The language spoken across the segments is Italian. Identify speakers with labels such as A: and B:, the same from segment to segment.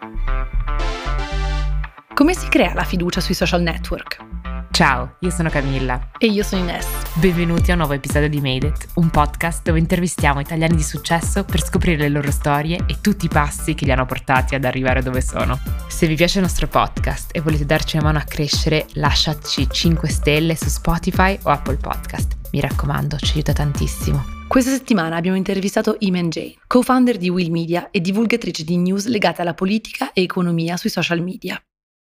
A: Come si crea la fiducia sui social network?
B: Ciao, io sono Camilla.
A: E io sono Ines.
B: Benvenuti a un nuovo episodio di Made It, un podcast dove intervistiamo italiani di successo per scoprire le loro storie e tutti i passi che li hanno portati ad arrivare dove sono. Se vi piace il nostro podcast e volete darci una mano a crescere, lasciateci 5 stelle su Spotify o Apple Podcast. Mi raccomando, ci aiuta tantissimo.
A: Questa settimana abbiamo intervistato Iman Jane, co-founder di Will Media e divulgatrice di news legate alla politica e economia sui social media.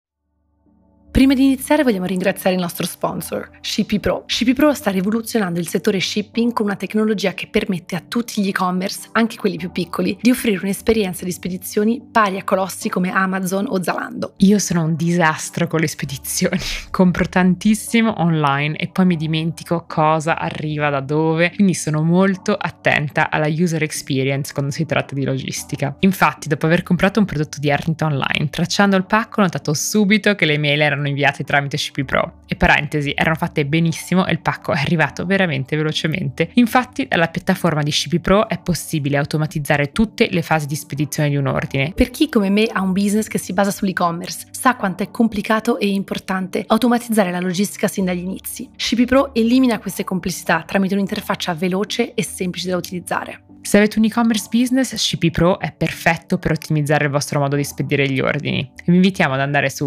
A: Prima di iniziare vogliamo ringraziare il nostro sponsor, ShippyPro. ShippyPro sta rivoluzionando il settore shipping con una tecnologia che permette a tutti gli e-commerce, anche quelli più piccoli, di offrire un'esperienza di spedizioni pari a colossi come Amazon o Zalando.
B: Io sono un disastro con le spedizioni, compro tantissimo online e poi mi dimentico cosa arriva da dove, quindi sono molto attenta alla user experience quando si tratta di logistica. Infatti, dopo aver comprato un prodotto di Arnito online, tracciando il pacco ho notato subito che le email erano inviate tramite ShippyPro e parentesi erano fatte benissimo e il pacco è arrivato veramente velocemente. Infatti dalla piattaforma di ShippyPro è possibile automatizzare tutte le fasi di spedizione di un ordine.
A: Per chi come me ha un business che si basa sull'e-commerce, sa quanto è complicato e importante automatizzare la logistica sin dagli inizi. ShippyPro elimina queste complessità tramite un'interfaccia veloce e semplice da utilizzare.
B: Se avete un e-commerce business, ShippyPro è perfetto per ottimizzare il vostro modo di spedire gli ordini. E vi invitiamo ad andare su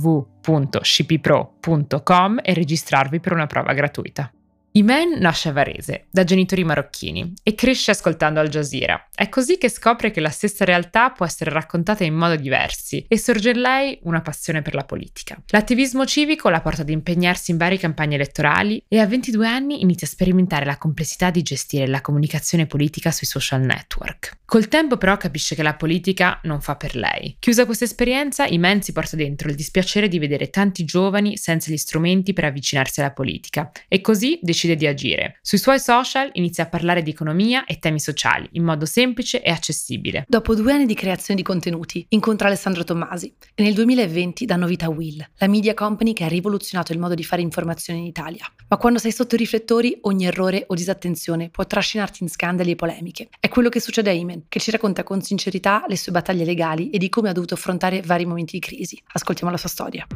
B: www.shippypro.com e registrarvi per una prova gratuita. Iman nasce a Varese, da genitori marocchini, e cresce ascoltando Al Jazeera. È così che scopre che la stessa realtà può essere raccontata in modi diversi e sorge in lei una passione per la politica. L'attivismo civico la porta ad impegnarsi in varie campagne elettorali e a 22 anni inizia a sperimentare la complessità di gestire la comunicazione politica sui social network. Col tempo però capisce che la politica non fa per lei. Chiusa questa esperienza, Iman si porta dentro il dispiacere di vedere tanti giovani senza gli strumenti per avvicinarsi alla politica e così decide di agire. Sui suoi social inizia a parlare di economia e temi sociali in modo semplice e accessibile.
A: Dopo 2 anni di creazione di contenuti, incontra Alessandro Tommasi e nel 2020 danno vita a Will, la media company che ha rivoluzionato il modo di fare informazione in Italia. Ma quando sei sotto i riflettori, ogni errore o disattenzione può trascinarti in scandali e polemiche. È quello che succede a Iman, che ci racconta con sincerità le sue battaglie legali e di come ha dovuto affrontare vari momenti di crisi. Ascoltiamo la sua storia.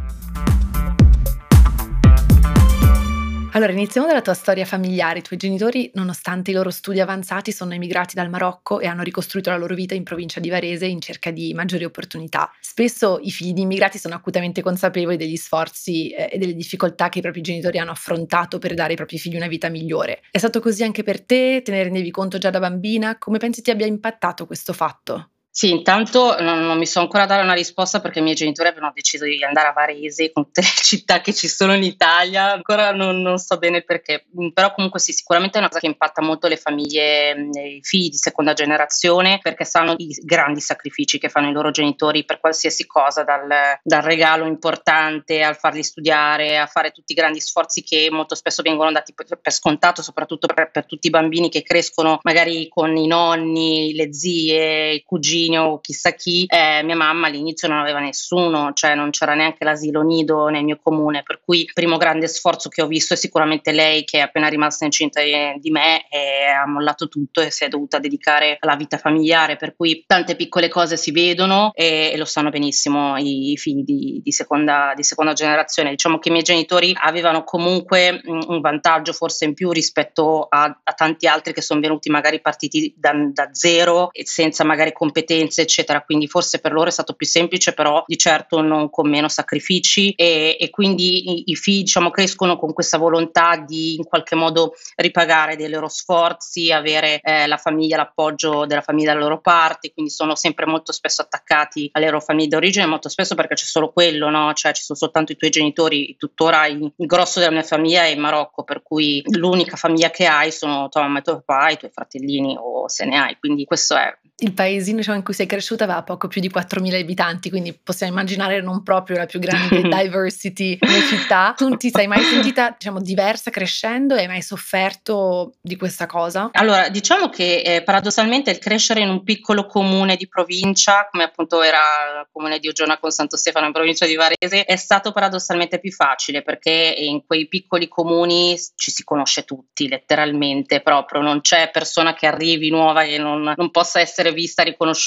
A: Allora, iniziamo dalla tua storia familiare. I tuoi genitori, nonostante i loro studi avanzati, sono emigrati dal Marocco e hanno ricostruito la loro vita in provincia di Varese in cerca di maggiori opportunità. Spesso i figli di immigrati sono acutamente consapevoli degli sforzi e delle difficoltà che i propri genitori hanno affrontato per dare ai propri figli una vita migliore. È stato così anche per te? Te ne rendevi conto già da bambina? Come pensi ti abbia impattato questo fatto?
C: Sì, intanto non mi so ancora dare una risposta perché i miei genitori avevano deciso di andare a Varese con tutte le città che ci sono in Italia, ancora non so bene perché, però comunque sì, sicuramente è una cosa che impatta molto le famiglie, i figli di seconda generazione, perché sanno i grandi sacrifici che fanno i loro genitori per qualsiasi cosa, dal regalo importante al farli studiare, a fare tutti i grandi sforzi che molto spesso vengono dati per scontato, soprattutto per tutti i bambini che crescono magari con i nonni, le zie, i cugini o chissà chi. Mia mamma all'inizio non aveva nessuno, cioè non c'era neanche l'asilo nido nel mio comune, per cui il primo grande sforzo che ho visto è sicuramente lei, che è appena rimasta incinta di me e ha mollato tutto e si è dovuta dedicare alla vita familiare, per cui tante piccole cose si vedono e lo sanno benissimo i figli di seconda generazione. Diciamo che i miei genitori avevano comunque un vantaggio forse in più rispetto a tanti altri che sono venuti magari partiti da zero e senza magari competenze eccetera, quindi forse per loro è stato più semplice, però di certo non con meno sacrifici e quindi i figli, diciamo, crescono con questa volontà di in qualche modo ripagare dei loro sforzi, avere la famiglia, l'appoggio della famiglia dalla loro parte, quindi sono sempre molto spesso attaccati alle loro famiglie d'origine, molto spesso perché c'è solo quello, no? Cioè ci sono soltanto i tuoi genitori, tuttora il grosso della mia famiglia è in Marocco, per cui l'unica famiglia che hai sono tua mamma e tuo papà, i tuoi fratellini o se ne hai, quindi questo è.
A: Il paesino, diciamo, in cui sei cresciuta aveva poco più di 4.000 abitanti, quindi possiamo immaginare non proprio la più grande diversity come città. Tu ti sei mai sentita, diciamo, diversa crescendo e hai mai sofferto di questa cosa?
C: Allora, diciamo che paradossalmente il crescere in un piccolo comune di provincia, come appunto era il comune di Oggiona con Santo Stefano in provincia di Varese, è stato paradossalmente più facile perché in quei piccoli comuni ci si conosce tutti, letteralmente proprio, non c'è persona che arrivi nuova e non possa essere vista, riconosciuta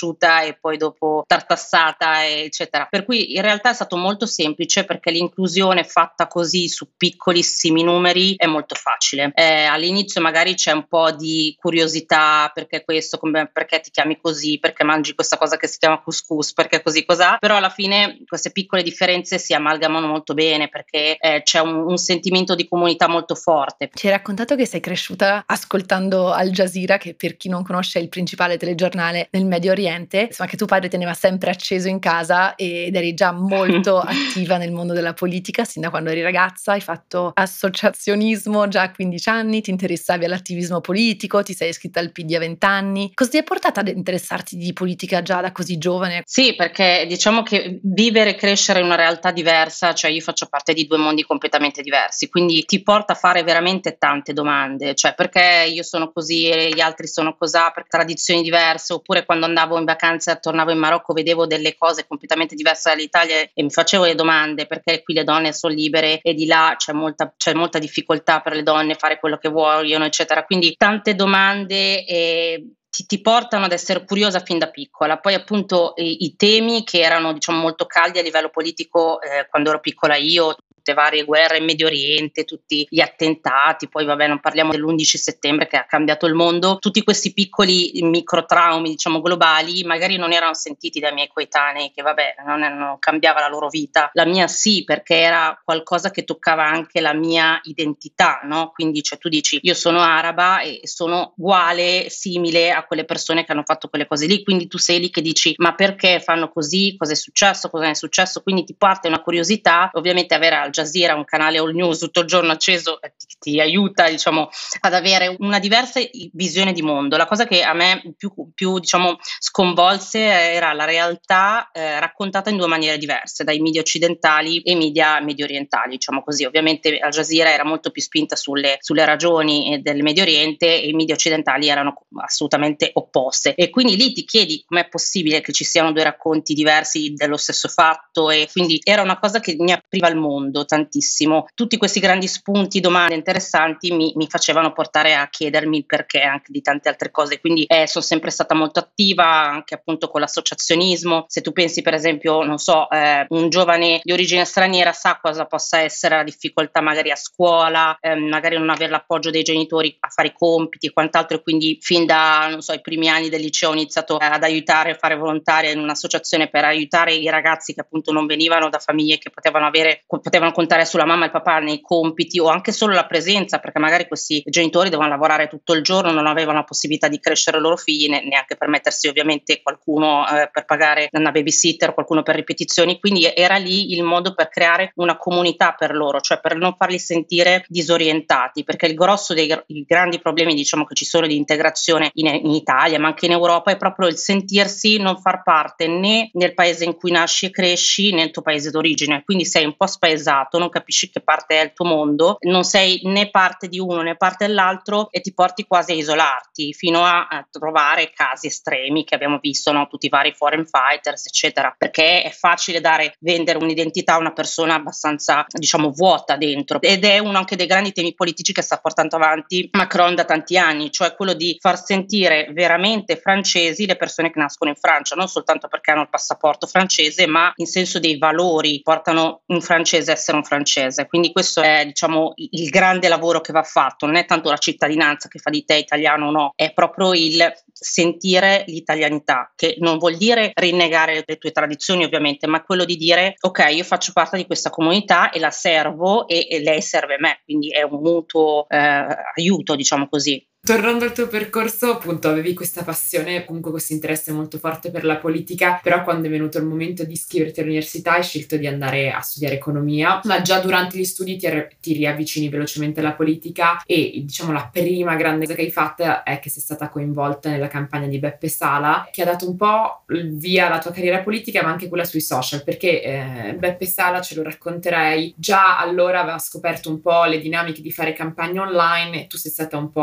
C: cresciuta e poi dopo tartassata, eccetera. Per cui in realtà è stato molto semplice, perché l'inclusione fatta così su piccolissimi numeri è molto facile. All'inizio magari c'è un po' di curiosità, perché questo, perché ti chiami così, perché mangi questa cosa che si chiama couscous, perché così cos'ha, però alla fine queste piccole differenze si amalgamano molto bene, perché c'è un sentimento di comunità molto forte.
A: Ci hai raccontato che sei cresciuta ascoltando Al Jazeera, che per chi non conosce è il principale telegiornale nel Medio Oriente, insomma che tuo padre teneva sempre acceso in casa ed eri già molto attiva nel mondo della politica sin da quando eri ragazza, hai fatto associazionismo già a 15 anni, ti interessavi all'attivismo politico, ti sei iscritta al PD a 20 anni. Cosa ti ha portato ad interessarti di politica già da così giovane?
C: Sì, perché diciamo che vivere e crescere in una realtà diversa, cioè io faccio parte di due mondi completamente diversi, quindi ti porta a fare veramente tante domande, cioè perché io sono così e gli altri sono cosà, per tradizioni diverse, oppure quando andavo in vacanza, tornavo in Marocco, vedevo delle cose completamente diverse dall'Italia e mi facevo le domande, perché qui le donne sono libere e di là c'è molta difficoltà per le donne fare quello che vogliono, eccetera. Quindi tante domande e ti portano ad essere curiosa fin da piccola. Poi appunto i temi che erano diciamo molto caldi a livello politico quando ero piccola io, tutte varie guerre in Medio Oriente, tutti gli attentati, poi vabbè non parliamo dell'11 settembre che ha cambiato il mondo, tutti questi piccoli microtraumi diciamo globali magari non erano sentiti dai miei coetanei, che vabbè non cambiava la loro vita, la mia sì, perché era qualcosa che toccava anche la mia identità, no? Quindi cioè tu dici io sono araba e sono uguale, simile a quelle persone che hanno fatto quelle cose lì, quindi tu sei lì che dici ma perché fanno così, cosa è successo, cosa non è successo, quindi ti parte una curiosità. Ovviamente avere Al Jazeera, un canale all news tutto il giorno acceso, ti aiuta diciamo ad avere una diversa visione di mondo. La cosa che a me più diciamo sconvolse era la realtà raccontata in due maniere diverse, dai media occidentali e media medio orientali, diciamo così. Ovviamente Al Jazeera era molto più spinta sulle ragioni del Medio Oriente e i media occidentali erano assolutamente opposte, e quindi lì ti chiedi com'è possibile che ci siano due racconti diversi dello stesso fatto, e quindi era una cosa che mi apriva il mondo tantissimo. Tutti questi grandi spunti, domande interessanti mi facevano portare a chiedermi il perché anche di tante altre cose, quindi sono sempre stata molto attiva anche appunto con l'associazionismo. Se tu pensi per esempio, non so, un giovane di origine straniera sa cosa possa essere la difficoltà magari a scuola, magari non avere l'appoggio dei genitori a fare i compiti e quant'altro, e quindi fin da non so i primi anni del liceo ho iniziato ad aiutare, a fare volontaria in un'associazione per aiutare i ragazzi che appunto non venivano da famiglie che potevano contare sulla mamma e il papà nei compiti, o anche solo la presenza, perché magari questi genitori dovevano lavorare tutto il giorno, non avevano la possibilità di crescere i loro figli, neanche permettersi ovviamente qualcuno per pagare una babysitter, qualcuno per ripetizioni, quindi era lì il modo per creare una comunità per loro, cioè per non farli sentire disorientati, perché il grosso dei grandi problemi diciamo che ci sono di integrazione in Italia ma anche in Europa è proprio il sentirsi non far parte né nel paese in cui nasci e cresci né nel tuo paese d'origine, quindi sei un po' spaesato, non capisci che parte è il tuo mondo, non sei né parte di uno né parte dell'altro e ti porti quasi a isolarti, fino a trovare casi estremi che abbiamo visto, no? Tutti i vari foreign fighters eccetera, perché è facile vendere un'identità a una persona abbastanza diciamo vuota dentro, ed è uno anche dei grandi temi politici che sta portando avanti Macron da tanti anni, cioè quello di far sentire veramente francesi le persone che nascono in Francia, non soltanto perché hanno il passaporto francese, ma in senso dei valori portano un francese a essere un francese. Quindi questo è diciamo il grande lavoro che va fatto, non è tanto la cittadinanza che fa di te italiano o no, è proprio il sentire l'italianità, che non vuol dire rinnegare le tue tradizioni ovviamente, ma quello di dire ok, io faccio parte di questa comunità e la servo e lei serve me, quindi è un mutuo aiuto, diciamo così.
B: Tornando al tuo percorso, appunto, avevi questa passione, comunque questo interesse molto forte per la politica, però quando è venuto il momento di iscriverti all'università hai scelto di andare a studiare economia, ma già durante gli studi ti riavvicini velocemente alla politica e diciamo la prima grande cosa che hai fatto è che sei stata coinvolta nella campagna di Beppe Sala, che ha dato un po' il via alla tua carriera politica, ma anche quella sui social, perché Beppe Sala, ce lo racconterei, già allora aveva scoperto un po' le dinamiche di fare campagne online e tu sei stata un po' presa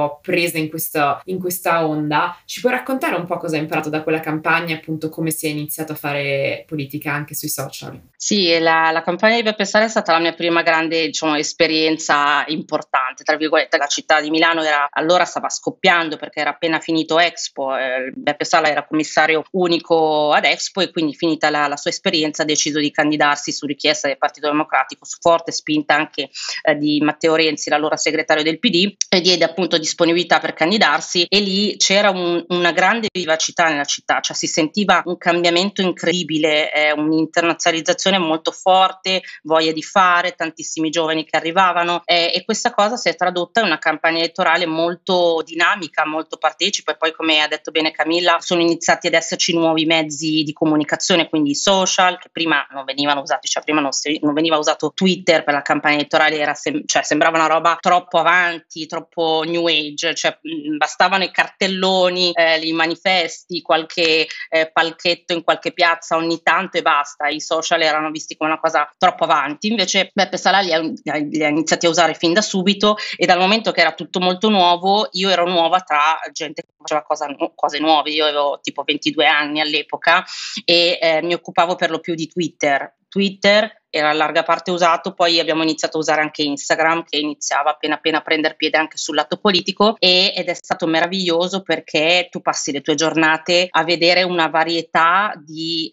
B: Varese in questa onda. Ci puoi raccontare un po' cosa hai imparato da quella campagna, appunto come si è iniziato a fare politica anche sui social?
C: Sì, la campagna di Beppe Sala è stata la mia prima grande, diciamo, esperienza importante, tra virgolette. La città di Milano allora stava scoppiando perché era appena finito Expo, Beppe Sala era commissario unico ad Expo e quindi finita la sua esperienza ha deciso di candidarsi su richiesta del Partito Democratico, su forte spinta anche di Matteo Renzi, l'allora segretario del PD, e diede appunto disponibilità per candidarsi e lì c'era una grande vivacità nella città, cioè si sentiva un cambiamento incredibile, un'internazionalizzazione molto forte, voglia di fare, tantissimi giovani che arrivavano e questa cosa si è tradotta in una campagna elettorale molto dinamica, molto partecipa e poi, come ha detto bene Camilla, sono iniziati ad esserci nuovi mezzi di comunicazione, quindi i social che prima non venivano usati, cioè prima non veniva usato Twitter per la campagna elettorale, cioè sembrava una roba troppo avanti, troppo new age, cioè bastavano i cartelloni, i manifesti, qualche palchetto in qualche piazza ogni tanto e basta. I social erano visti come una cosa troppo avanti, invece Beppe Sala li ha iniziati a usare fin da subito e dal momento che era tutto molto nuovo, io ero nuova tra gente che faceva cose nuove, io avevo tipo 22 anni all'epoca e mi occupavo per lo più di Twitter era in larga parte usato, poi abbiamo iniziato a usare anche Instagram che iniziava appena a prendere piede anche sul lato politico ed è stato meraviglioso perché tu passi le tue giornate a vedere una varietà di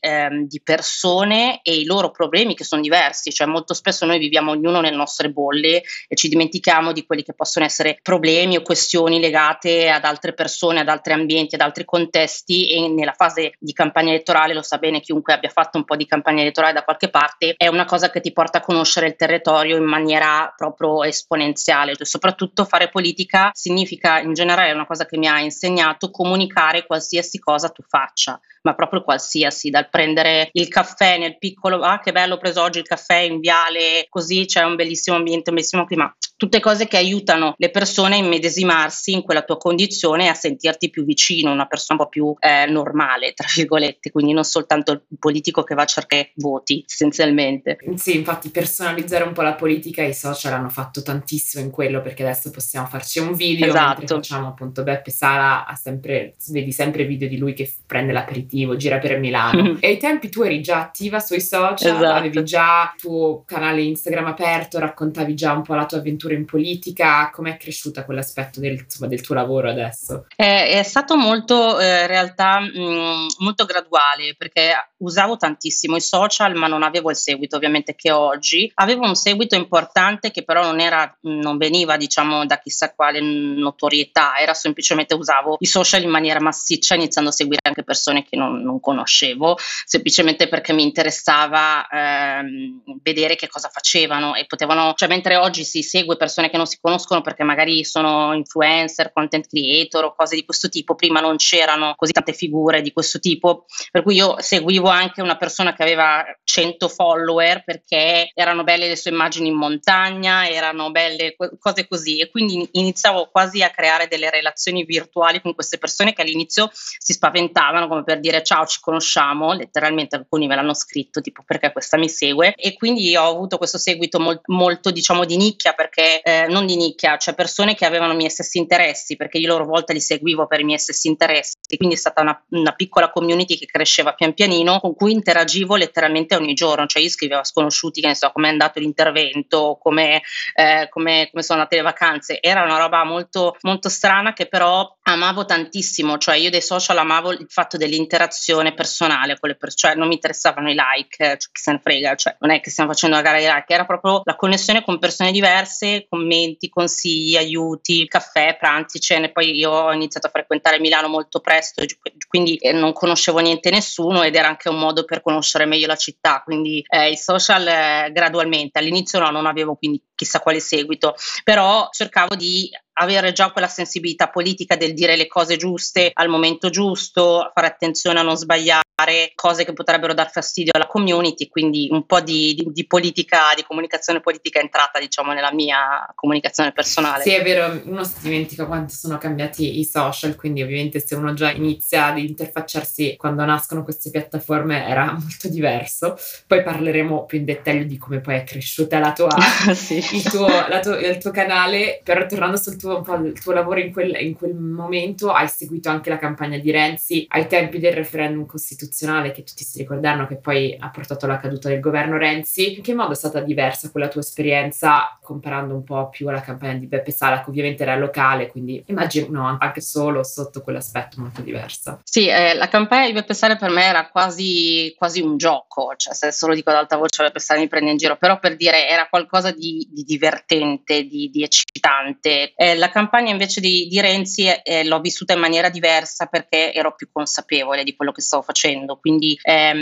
C: persone e i loro problemi che sono diversi, cioè molto spesso noi viviamo ognuno nelle nostre bolle e ci dimentichiamo di quelli che possono essere problemi o questioni legate ad altre persone, ad altri ambienti, ad altri contesti e nella fase di campagna elettorale, lo sa bene chiunque abbia fatto un po' di campagna elettorale da qualche parte, è una cosa che ti porta a conoscere il territorio in maniera proprio esponenziale. E soprattutto fare politica significa, in generale, è una cosa che mi ha insegnato, comunicare qualsiasi cosa tu faccia, ma proprio qualsiasi, dal prendere il caffè nel piccolo, che bello, ho preso oggi il caffè in viale, così c'è un bellissimo ambiente, un bellissimo clima, tutte cose che aiutano le persone a immedesimarsi in quella tua condizione e a sentirti più vicino, una persona un po' più normale, tra virgolette, quindi non soltanto il politico che va a cercare voti, essenzialmente.
B: Sì, infatti personalizzare un po' la politica, i social hanno fatto tantissimo in quello, perché adesso possiamo farci un video,
C: esatto.
B: Mentre facciamo appunto Beppe Sala, vedi sempre video di lui che prende l'aperitivo, gira per Milano. E ai tempi tu eri già attiva sui social,
C: esatto.
B: Avevi già il tuo canale Instagram aperto, raccontavi già un po' la tua avventura in politica. Com'è cresciuta quell'aspetto del tuo lavoro adesso?
C: È stato molto, in realtà, molto graduale, perché usavo tantissimo i social, ma non avevo il seguito ovviamente che ho oggi. Avevo un seguito importante che però non veniva, diciamo, da chissà quale notorietà, era semplicemente usavo i social in maniera massiccia, iniziando a seguire anche persone che non conoscevo, semplicemente perché mi interessava vedere che cosa facevano e potevano, cioè mentre oggi si segue persone che non si conoscono perché magari sono influencer, content creator o cose di questo tipo, prima non c'erano così tante figure di questo tipo, per cui io seguivo anche una persona che aveva 100 follower perché erano belle le sue immagini in montagna, erano belle cose così, e quindi iniziavo quasi a creare delle relazioni virtuali con queste persone che all'inizio si spaventavano, come per dire ciao, ci conosciamo, letteralmente alcuni me l'hanno scritto tipo perché questa mi segue, e quindi ho avuto questo seguito molto diciamo di nicchia, perché non di nicchia, cioè persone che avevano i miei stessi interessi, perché io a loro volta li seguivo per i miei stessi interessi, quindi è stata una piccola community che cresceva pian pianino, con cui interagivo letteralmente ogni giorno, cioè io scrivevo a sconosciuti, che ne so, come è andato l'intervento, come sono andate le vacanze, era una roba molto, molto strana che però amavo tantissimo, cioè io dei social amavo il fatto dell'interazione personale con le persone, cioè non mi interessavano i like, cioè, chi se ne frega, cioè non è che stiamo facendo una gara di like, era proprio la connessione con persone diverse, commenti, consigli, aiuti, caffè, pranzi, cene. Poi io ho iniziato a frequentare Milano molto presto, quindi non conoscevo niente nessuno ed era anche un modo per conoscere meglio la città, quindi i social gradualmente, all'inizio non avevo quindi chissà quale seguito, però cercavo di avere già quella sensibilità politica del dire le cose giuste al momento giusto, fare attenzione a non sbagliare cose che potrebbero dar fastidio alla community, quindi un po' di politica, di comunicazione politica è entrata, diciamo, nella mia comunicazione personale.
B: Sì, è vero, uno si dimentica quanto sono cambiati i social, quindi ovviamente se uno già inizia ad interfacciarsi quando nascono queste piattaforme era molto diverso. Poi parleremo più in dettaglio di come poi è cresciuta la tua,
C: sì.
B: il tuo canale, però tornando sul tuo un po' il tuo lavoro in quel momento, hai seguito anche la campagna di Renzi ai tempi del referendum costituzionale, che tutti si ricorderanno che poi ha portato alla caduta del governo Renzi. In che modo è stata diversa quella tua esperienza, comparando un po' più alla campagna di Beppe Sala, che ovviamente era locale, quindi immagino anche solo sotto quell'aspetto molto diversa.
C: Sì, la campagna di Beppe Sala per me era quasi un gioco, cioè se solo dico ad alta voce Beppe Sala mi prende in giro, però per dire era qualcosa di divertente, di eccitante. La campagna invece di Renzi l'ho vissuta in maniera diversa perché ero più consapevole di quello che stavo facendo, quindi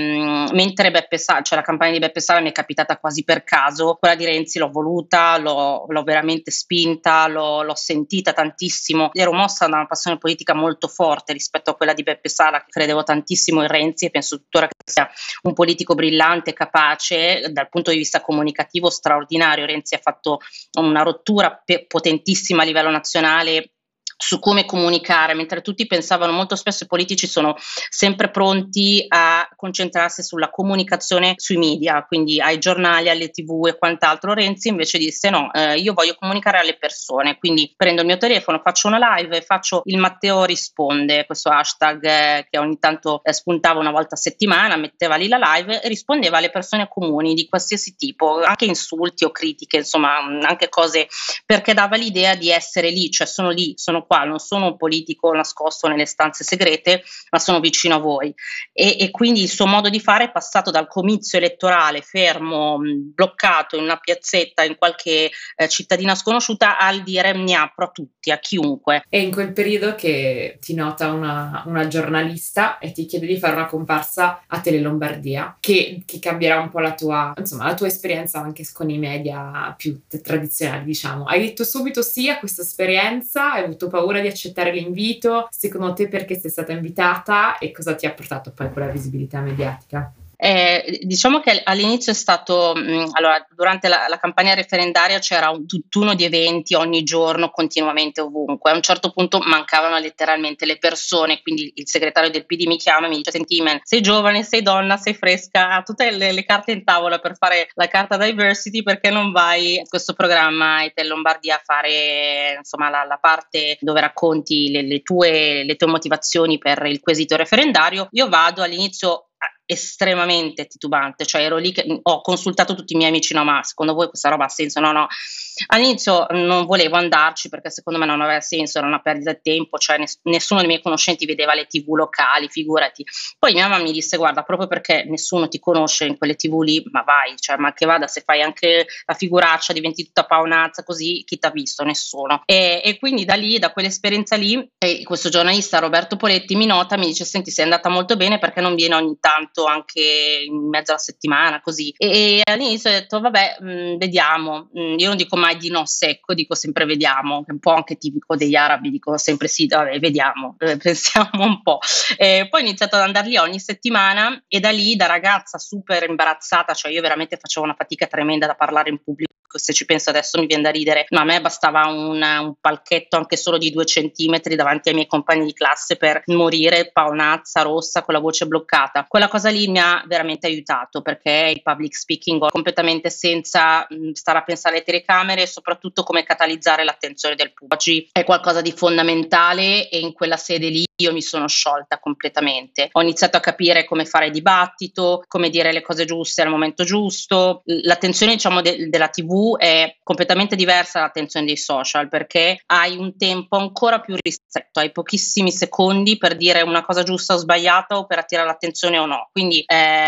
C: mentre Beppe Sala, cioè la campagna di Beppe Sala mi è capitata quasi per caso, quella di Renzi l'ho voluta, l'ho veramente spinta, l'ho sentita tantissimo, ero mossa da una passione politica molto forte rispetto a quella di Beppe Sala, che credevo tantissimo in Renzi e penso tuttora che sia un politico brillante, capace, dal punto di vista comunicativo straordinario. Renzi ha fatto una rottura potentissima a livello nazionale su come comunicare, mentre tutti pensavano, molto spesso i politici sono sempre pronti a concentrarsi sulla comunicazione sui media, quindi ai giornali, alle TV e quant'altro. Renzi invece disse no, io voglio comunicare alle persone, quindi prendo il mio telefono, faccio una live e faccio il Matteo risponde, questo hashtag che ogni tanto spuntava una volta a settimana, metteva lì la live e rispondeva alle persone comuni di qualsiasi tipo, anche insulti o critiche, insomma anche cose, perché dava l'idea di essere lì, cioè sono lì, sono qua, non sono un politico nascosto nelle stanze segrete, ma sono vicino a voi. E quindi il suo modo di fare è passato dal comizio elettorale fermo, bloccato in una piazzetta in qualche cittadina sconosciuta, al dire mi apro a tutti, a chiunque.
B: E in quel periodo che ti nota una giornalista e ti chiede di fare una comparsa a Tele Lombardia, che cambierà un po' la tua esperienza anche con i media più tradizionali, diciamo. Hai detto subito sì a questa esperienza? Hai avuto paura di accettare l'invito? Secondo te perché sei stata invitata e cosa ti ha portato poi quella visibilità mediatica?
C: Diciamo che all'inizio è stato, allora durante la campagna referendaria c'era un tutt'uno di eventi ogni giorno, continuamente, ovunque. A un certo punto mancavano letteralmente le persone, quindi il segretario del PD mi chiama e mi dice: senti Imen, sei giovane, sei donna, sei fresca, ha tutte le carte in tavola per fare la carta diversity, perché non vai a questo programma Etel Lombardia a fare insomma la parte dove racconti le tue motivazioni per il quesito referendario. Io vado all'inizio estremamente titubante, cioè ero lì che ho consultato tutti i miei amici, no ma secondo voi questa roba ha senso? No, all'inizio non volevo andarci perché secondo me non aveva senso, era una perdita di tempo, cioè nessuno dei miei conoscenti vedeva le TV locali, figurati. Poi mia mamma mi disse: guarda, proprio perché nessuno ti conosce in quelle TV lì, ma vai, cioè ma che vada, se fai anche la figuraccia diventi tutta paonazza così, chi t'ha visto? Nessuno. E quindi da lì, da quell'esperienza lì, questo giornalista Roberto Poletti mi nota, mi dice: senti, sei andata molto bene, perché non viene ogni tanto anche in mezzo alla settimana, così. E all'inizio ho detto vabbè, vediamo. Io non dico mai di no secco, dico sempre vediamo, che è un po' anche tipico degli arabi, dico sempre sì, vabbè, vediamo, pensiamo un po'. Poi ho iniziato ad andare lì ogni settimana e da lì, da ragazza super imbarazzata, cioè io veramente facevo una fatica tremenda da parlare in pubblico. Se ci penso adesso mi viene da ridere, ma a me bastava un palchetto anche solo di 2 centimetri davanti ai miei compagni di classe per morire paonazza, rossa, con la voce bloccata. Quella cosa lì mi ha veramente aiutato, perché il public speaking completamente senza stare a pensare alle telecamere e soprattutto come catalizzare l'attenzione del pubblico. Oggi è qualcosa di fondamentale e in quella sede lì io mi sono sciolta completamente. Ho iniziato a capire come fare dibattito, come dire le cose giuste al momento giusto. L'attenzione, diciamo, della TV è completamente diversa dall'attenzione dei social, perché hai un tempo ancora più ristretto, hai pochissimi secondi per dire una cosa giusta o sbagliata o per attirare l'attenzione o no. Quindi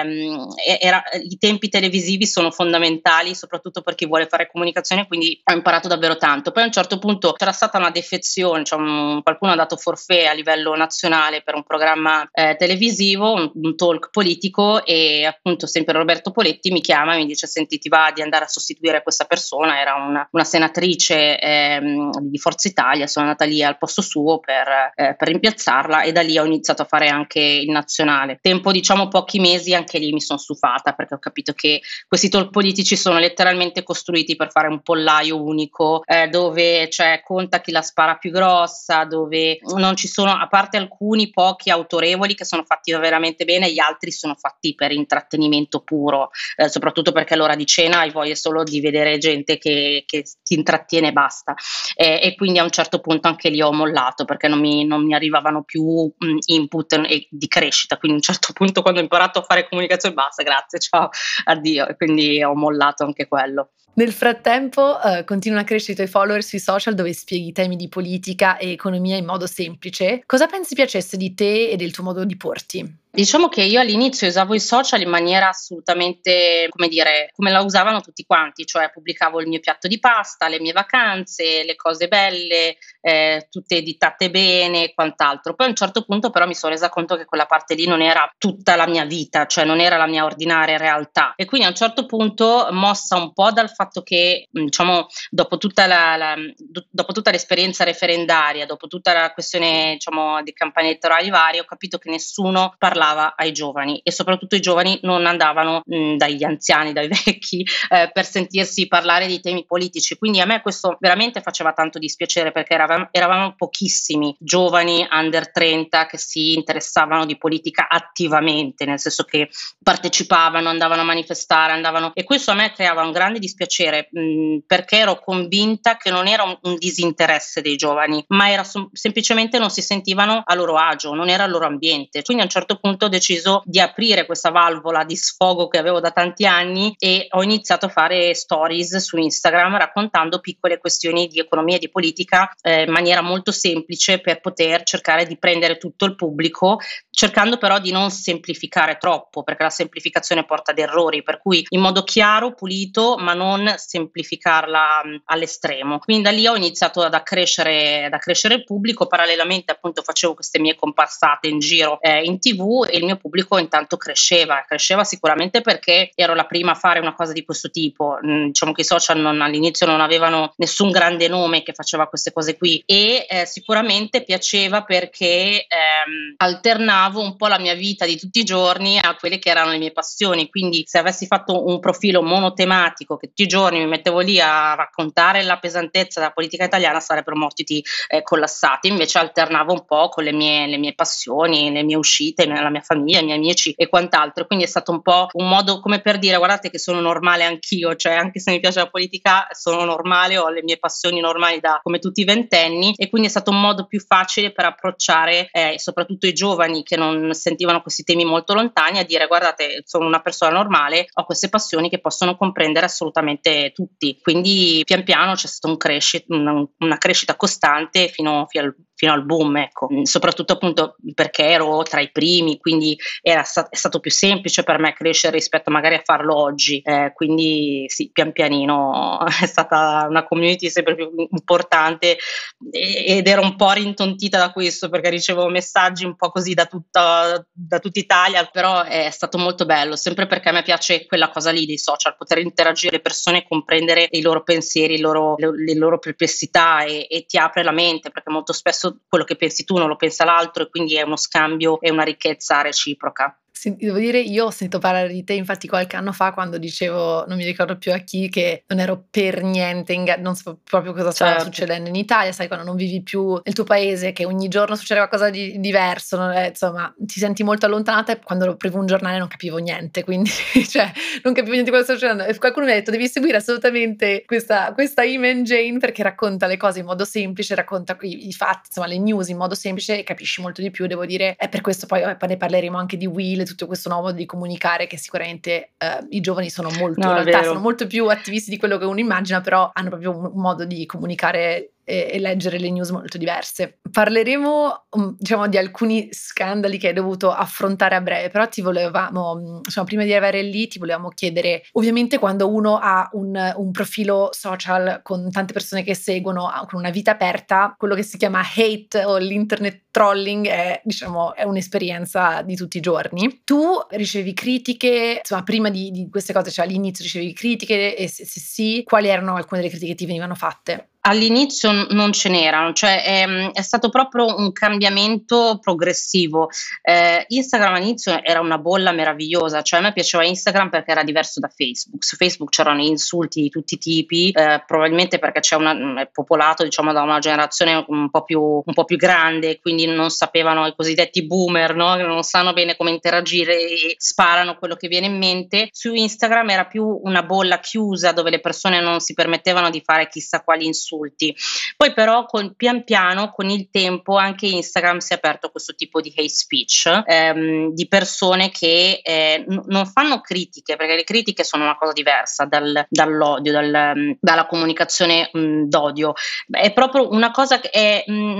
C: i tempi televisivi sono fondamentali, soprattutto per chi vuole fare comunicazione, quindi ho imparato davvero tanto. Poi a un certo punto c'era stata una defezione, cioè qualcuno ha dato forfait a livello nazionale per un programma televisivo, un talk politico, e appunto sempre Roberto Poletti mi chiama e mi dice: senti, ti va di andare a sostituire questa persona? Era una senatrice di Forza Italia, sono andata lì al posto suo per rimpiazzarla, e da lì ho iniziato a fare anche il nazionale. Tempo, diciamo, pochi mesi, anche lì mi sono stufata, perché ho capito che questi talk politici sono letteralmente costruiti per fare un pollaio unico, dove conta chi la spara più grossa, dove non ci sono, a parte alcuni pochi autorevoli che sono fatti veramente bene, gli altri sono fatti per intrattenimento puro, soprattutto perché all'ora di cena hai voglia solo di vedere vedere gente che ti intrattiene e basta. E quindi a un certo punto anche lì ho mollato, perché non mi arrivavano più input di crescita, quindi a un certo punto, quando ho imparato a fare comunicazione, basta, grazie, ciao, addio, e quindi ho mollato anche quello.
A: Nel frattempo, continuano a crescere i tuoi follower sui social dove spieghi temi di politica e economia in modo semplice. Cosa pensi piacesse di te e del tuo modo di porti?
C: Diciamo che io all'inizio usavo i social in maniera assolutamente, come dire, come la usavano tutti quanti, cioè pubblicavo il mio piatto di pasta, le mie vacanze, le cose belle, tutte editate bene e quant'altro. Poi a un certo punto però mi sono resa conto che quella parte lì non era tutta la mia vita, cioè non era la mia ordinaria realtà. E quindi a un certo punto, mossa un po' dal fatto che, diciamo, dopo tutta l'esperienza referendaria, dopo tutta la questione, diciamo, di campagne elettorali varie, ho capito che nessuno parlava ai giovani, e soprattutto i giovani non andavano dagli anziani, dai vecchi, per sentirsi parlare di temi politici. Quindi a me questo veramente faceva tanto dispiacere, perché eravamo pochissimi giovani under 30 che si interessavano di politica attivamente, nel senso che partecipavano, andavano a manifestare, e questo a me creava un grande dispiacere, perché ero convinta che non era un disinteresse dei giovani, ma era semplicemente non si sentivano a loro agio, non era il loro ambiente. Quindi a un certo punto ho deciso di aprire questa valvola di sfogo che avevo da tanti anni, e ho iniziato a fare stories su Instagram raccontando piccole questioni di economia e di politica in maniera molto semplice, per poter cercare di prendere tutto il pubblico, cercando però di non semplificare troppo, perché la semplificazione porta ad errori, per cui in modo chiaro, pulito, ma non semplificarla all'estremo. Quindi da lì ho iniziato ad accrescere il pubblico. Parallelamente appunto facevo queste mie comparsate in giro in TV, e il mio pubblico intanto cresceva sicuramente perché ero la prima a fare una cosa di questo tipo. Diciamo che i social all'inizio non avevano nessun grande nome che faceva queste cose qui, e sicuramente piaceva perché alternavo un po' la mia vita di tutti i giorni a quelle che erano le mie passioni. Quindi se avessi fatto un profilo monotematico, che tutti i giorni mi mettevo lì a raccontare la pesantezza della politica italiana, sarebbero morti collassati. Invece alternavo un po' con le mie passioni, le mie uscite, la mia famiglia, i miei amici e quant'altro. Quindi è stato un po' un modo come per dire: guardate che sono normale anch'io, cioè anche se mi piace la politica sono normale, ho le mie passioni normali come tutti i ventenni. E quindi è stato un modo più facile per approcciare soprattutto i giovani che non sentivano questi temi molto lontani, a dire: guardate, sono una persona normale, ho queste passioni che possono comprendere assolutamente tutti. Quindi pian piano c'è stata una crescita costante fino al boom, ecco. Soprattutto appunto perché ero tra i primi, quindi è stato più semplice per me crescere rispetto magari a farlo oggi, quindi sì, pian pianino è stata una community sempre più importante, ed ero un po' rintontita da questo, perché ricevevo messaggi un po' così da tutta Italia, però è stato molto bello, sempre perché a me piace quella cosa lì dei social, poter interagire le persone, comprendere i loro pensieri, le loro perplessità, e ti apre la mente, perché molto spesso quello che pensi tu non lo pensa l'altro, e quindi è uno scambio e una ricchezza reciproca.
A: Sì, devo dire, io ho sentito parlare di te infatti qualche anno fa, quando dicevo, non mi ricordo più a chi, che non ero per niente non so proprio cosa stava succedendo in Italia, sai, quando non vivi più nel tuo paese, che ogni giorno succede qualcosa di diverso, insomma ti senti molto allontanata, e quando aprivo un giornale non capivo niente, quindi cioè non capivo niente di cosa stava succedendo, e qualcuno mi ha detto: devi seguire assolutamente questa Iman Jane, perché racconta le cose in modo semplice, racconta i fatti, insomma le news in modo semplice, e capisci molto di più. Devo dire, è per questo poi ne parleremo anche di Will, tutto questo nuovo modo di comunicare, che sicuramente i giovani sono molto, in realtà sono molto più attivisti di quello che uno immagina, però hanno proprio un modo di comunicare e leggere le news molto diverse. Parleremo diciamo di alcuni scandali che hai dovuto affrontare a breve, però ti volevamo, insomma, prima di arrivare lì ti volevamo chiedere, ovviamente quando uno ha un profilo social con tante persone che seguono, con una vita aperta, quello che si chiama hate o l'internet trolling è un'esperienza di tutti i giorni. Tu ricevi critiche, insomma, prima di queste cose, cioè all'inizio ricevi critiche, e se sì, quali erano alcune delle critiche che ti venivano fatte?
C: All'inizio non ce n'erano, cioè è stato proprio un cambiamento progressivo. Instagram all'inizio era una bolla meravigliosa, cioè a me piaceva Instagram perché era diverso da Facebook. Su Facebook c'erano insulti di tutti i tipi, probabilmente perché è popolato, diciamo, da una generazione un po' più grande, quindi non sapevano, i cosiddetti boomer, no? Che non sanno bene come interagire e sparano quello che viene in mente. Su Instagram era più una bolla chiusa dove le persone non si permettevano di fare chissà quali insulti. Poi però pian piano con il tempo anche Instagram si è aperto a questo tipo di hate speech, di persone che non fanno critiche, perché le critiche sono una cosa diversa dall'odio, dalla comunicazione d'odio. È proprio una cosa che è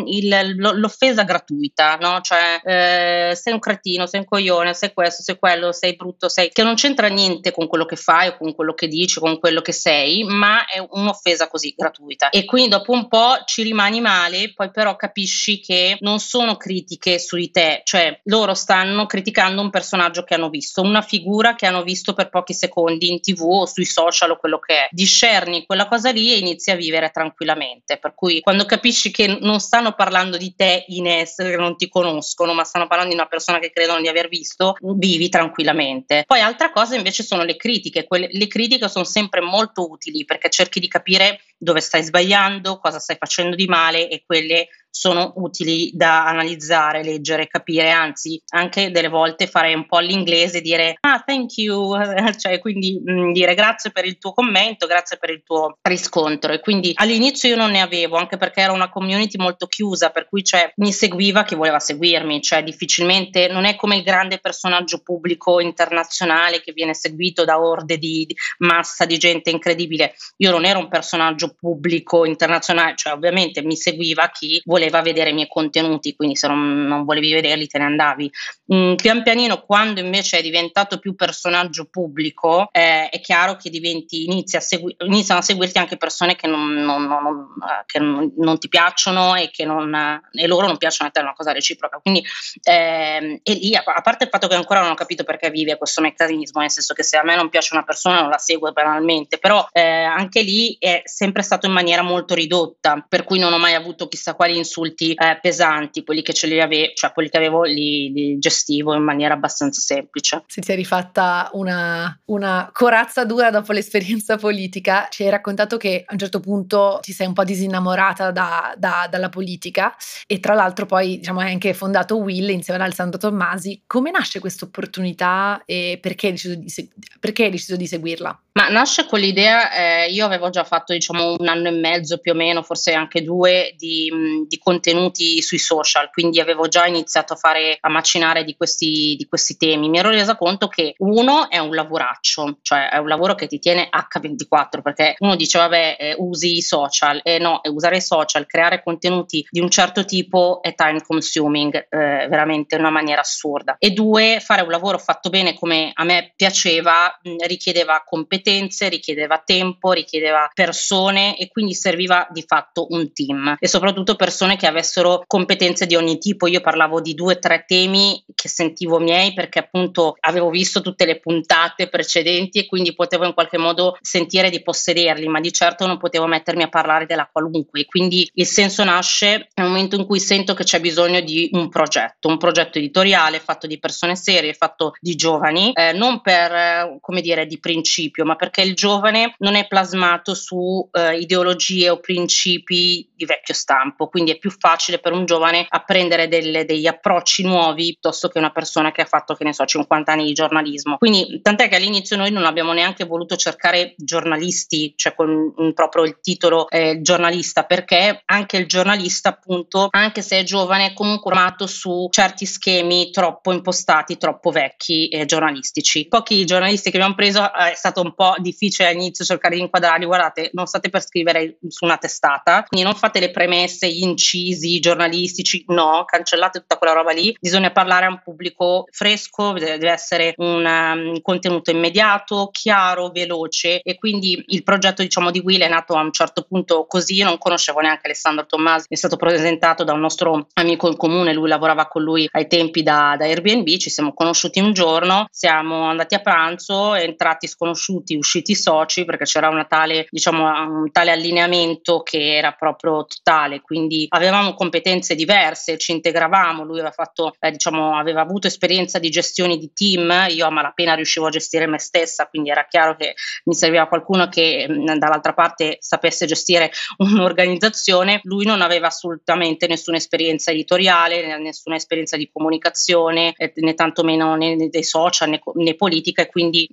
C: l'offesa gratuita, no? Cioè sei un cretino, sei un coglione, sei questo, sei quello, sei brutto, che non c'entra niente con quello che fai o con quello che dici, con quello che sei, ma è un'offesa così gratuita. E quindi dopo un po' ci rimani male, poi però capisci che non sono critiche su di te, cioè loro stanno criticando un personaggio che hanno visto, una figura che hanno visto per pochi secondi in TV o sui social o quello che è. Discerni quella cosa lì e inizi a vivere tranquillamente, per cui quando capisci che non stanno parlando di te in essere, che non ti conoscono, ma stanno parlando di una persona che credono di aver visto, vivi tranquillamente. Poi altra cosa invece sono le critiche. Le critiche sono sempre molto utili perché cerchi di capire dove stai sbagliando, cosa stai facendo di male, e quelle sono utili da analizzare, leggere, capire, anzi anche delle volte fare un po' all'inglese, dire thank you, cioè quindi dire grazie per il tuo commento, grazie per il tuo riscontro. E quindi all'inizio io non ne avevo, anche perché era una community molto chiusa, per cui mi seguiva chi voleva seguirmi, cioè difficilmente, non è come il grande personaggio pubblico internazionale che viene seguito da orde di massa di gente incredibile. Io non ero un personaggio pubblico internazionale, cioè ovviamente mi seguiva chi voleva vedere i miei contenuti, quindi se non volevi vederli te ne andavi. Pian pianino, quando invece è diventato più personaggio pubblico, è chiaro che iniziano a seguirti anche persone che non ti piacciono e loro non piacciono a te, è una cosa reciproca. Quindi e lì, a parte il fatto che ancora non ho capito perché vive questo meccanismo, nel senso che se a me non piace una persona non la seguo banalmente, però anche lì è sempre stato in maniera molto ridotta, per cui non ho mai avuto chissà quali insulti pesanti. Quelli che quelli che avevo li gestivo in maniera abbastanza semplice.
A: Se ti è rifatta una corazza dura dopo l'esperienza politica, ci hai raccontato che a un certo punto ti sei un po' disinnamorata dalla politica, e tra l'altro poi hai anche fondato Will insieme ad Alessandro Tommasi. Come nasce questa opportunità e perché hai deciso di seguirla?
C: Ma nasce con l'idea, io avevo già fatto 1 anno e mezzo più o meno, forse anche 2, di contenuti sui social, quindi avevo già iniziato a macinare di questi temi. Mi ero resa conto che uno è un lavoraccio, cioè è un lavoro che ti tiene H24, perché uno dice vabbè usi i social, no, usare i social, creare contenuti di un certo tipo è time consuming, veramente in una maniera assurda. E 2, fare un lavoro fatto bene come a me piaceva richiedeva competenze, richiedeva tempo, richiedeva persone, e quindi serviva di fatto un team e soprattutto persone che avessero competenze di ogni tipo. Io parlavo di 2-3 temi che sentivo miei, perché appunto avevo visto tutte le puntate precedenti e quindi potevo in qualche modo sentire di possederli, ma di certo non potevo mettermi a parlare della qualunque. Quindi il senso nasce nel momento in cui sento che c'è bisogno di un progetto editoriale fatto di persone serie, fatto di giovani, non per di principio, ma perché il giovane non è plasmato su ideologie o principi di vecchio stampo, quindi è più facile per un giovane apprendere degli approcci nuovi piuttosto che una persona che ha fatto 50 anni di giornalismo. Quindi tant'è che all'inizio noi non abbiamo neanche voluto cercare giornalisti, cioè con proprio il titolo giornalista, perché anche il giornalista, appunto, anche se è giovane, è comunque formato su certi schemi troppo impostati, troppo vecchi giornalistici. Pochi giornalisti che abbiamo preso è stato un po' difficile all'inizio cercare di inquadrarli. Guardate, non state per scrivere su una testata, quindi non fate le premesse, gli incisi giornalistici, no, cancellate tutta quella roba lì, bisogna parlare a un pubblico fresco, deve essere un contenuto immediato, chiaro, veloce, e quindi il progetto, diciamo, di Will è nato a un certo punto così. Io non conoscevo neanche Alessandro Tommasi, mi è stato presentato da un nostro amico in comune, lui lavorava con lui ai tempi da Airbnb, ci siamo conosciuti un giorno, siamo andati a pranzo, entrati sconosciuti, usciti soci, perché c'era un tale allineamento che era proprio totale, quindi avevamo competenze diverse, ci integravamo. Lui aveva avuto esperienza di gestione di team, io a malapena riuscivo a gestire me stessa, quindi era chiaro che mi serviva qualcuno che dall'altra parte sapesse gestire un'organizzazione. Lui non aveva assolutamente nessuna esperienza editoriale, nessuna esperienza di comunicazione, né tantomeno né dei social né politica, e quindi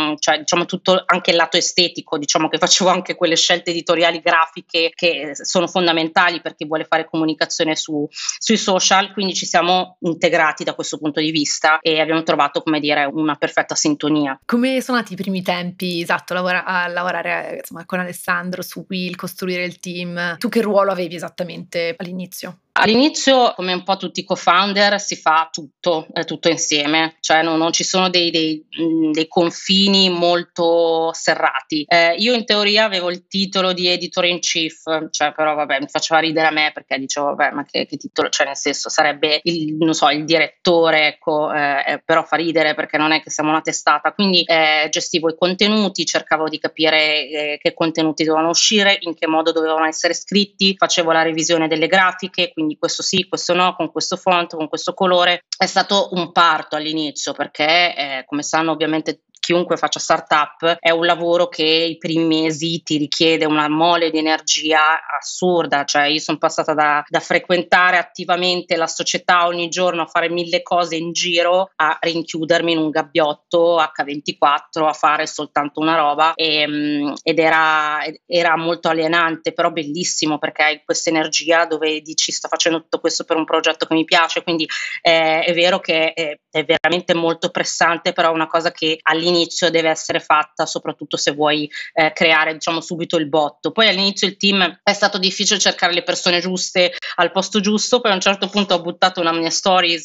C: tutto, anche il lato estetico, diciamo che facevo anche quelle scelte editoriali grafiche che sono fondamentali per chi vuole fare comunicazione sui social, quindi ci siamo integrati da questo punto di vista e abbiamo trovato, come dire, una perfetta sintonia.
A: Come sono nati i primi tempi, esatto, a lavorare insomma con Alessandro su Will, costruire il team? Tu che ruolo avevi esattamente all'inizio?
C: All'inizio, come un po' tutti i co-founder, si fa tutto tutto insieme, non ci sono dei confini molto serrati. Io in teoria avevo il titolo di editor in chief, però vabbè, mi faceva ridere a me, perché dicevo, vabbè, ma che titolo, nel senso sarebbe il direttore, ecco, però fa ridere perché non è che siamo una testata, quindi gestivo i contenuti, cercavo di capire che contenuti dovevano uscire, in che modo dovevano essere scritti, facevo la revisione delle grafiche, quindi questo sì, questo no, con questo font, con questo colore. È stato un parto all'inizio, perché come sanno ovviamente chiunque faccia startup, è un lavoro che i primi mesi ti richiede una mole di energia assurda. Io sono passata da frequentare attivamente la società ogni giorno, a fare 1000 cose in giro, a rinchiudermi in un gabbiotto H24 a fare soltanto una roba, ed era molto alienante, però bellissimo, perché hai questa energia dove dici sto facendo tutto questo per un progetto che mi piace. Quindi è vero che è veramente molto pressante, però è una cosa che all'inizio deve essere fatta, soprattutto se vuoi creare, subito il botto. Poi all'inizio il team è stato difficile cercare le persone giuste al posto giusto. Poi a un certo punto ho buttato una mia stories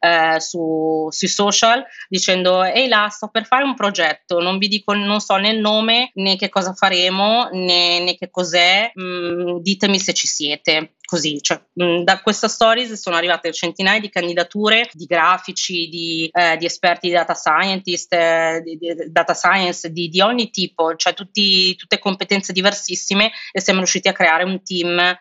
C: sui social dicendo: ehi là, sto per fare un progetto, non so né il nome né che cosa faremo né che cos'è, ditemi se ci siete. Così, da questa stories sono arrivate centinaia di candidature di grafici, di esperti di data scientist, di data science di ogni tipo, tutte competenze diversissime, e siamo riusciti a creare un team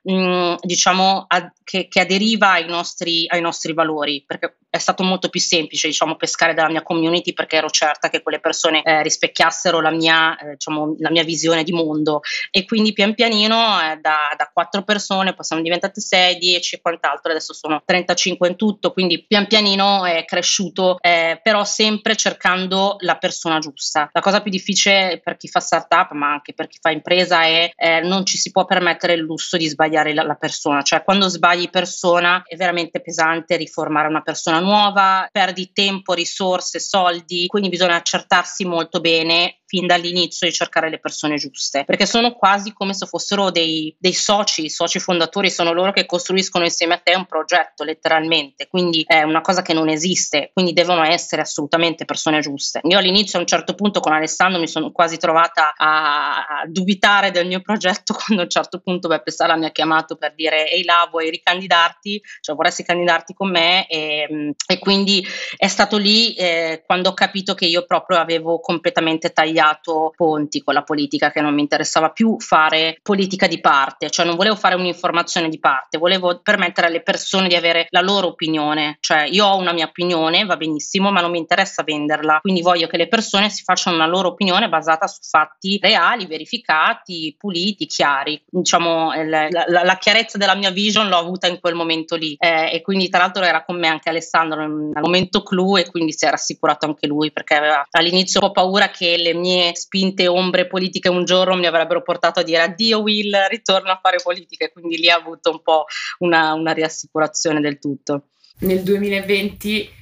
C: che aderiva ai nostri valori, perché è stato molto più semplice pescare dalla mia community, perché ero certa che quelle persone rispecchiassero la mia visione di mondo. E quindi pian pianino da 4 persone poi siamo diventate 6, 10 e quant'altro, adesso sono 35 in tutto, quindi pian pianino è cresciuto, però sempre cercando la persona giusta. La cosa più difficile per chi fa startup, ma anche per chi fa impresa, è non ci si può permettere il lusso di sbagliare la persona. Quando sbagli persona è veramente pesante riformare una persona nuova, perdi tempo, risorse, soldi, quindi bisogna accertarsi molto bene fin dall'inizio di cercare le persone giuste, perché sono quasi come se fossero dei soci, i soci fondatori sono loro che costruiscono insieme a te un progetto, letteralmente, quindi è una cosa che non esiste, quindi devono essere assolutamente persone giuste. Io all'inizio, a un certo punto, con Alessandro mi sono quasi trovata a dubitare del mio progetto, quando a un certo punto Beppe Sala mi ha chiamato per dire: ehi là, vuoi ricandidarti? Vorresti candidarti con me? E quindi è stato lì quando ho capito che io proprio avevo completamente tagliato ponti con la politica, che non mi interessava più fare politica di parte, non volevo fare un'informazione di parte, volevo permettere alle persone di avere la loro opinione. Io ho una mia opinione, va benissimo, ma non mi interessa venderla, quindi voglio che le persone si facciano una loro opinione basata su fatti reali, verificati, puliti, chiari. La chiarezza della mia vision l'ho avuta in quel momento lì, e quindi tra l'altro era con me anche Alessandro al momento clou, e quindi si era assicurato anche lui, perché aveva all'inizio un po' paura che le mie spinte ombre politiche un giorno mi avrebbero portato a dire: addio Will, ritorno a fare politica, e quindi lì ha avuto un po' una riassicurazione del tutto.
B: Nel 2020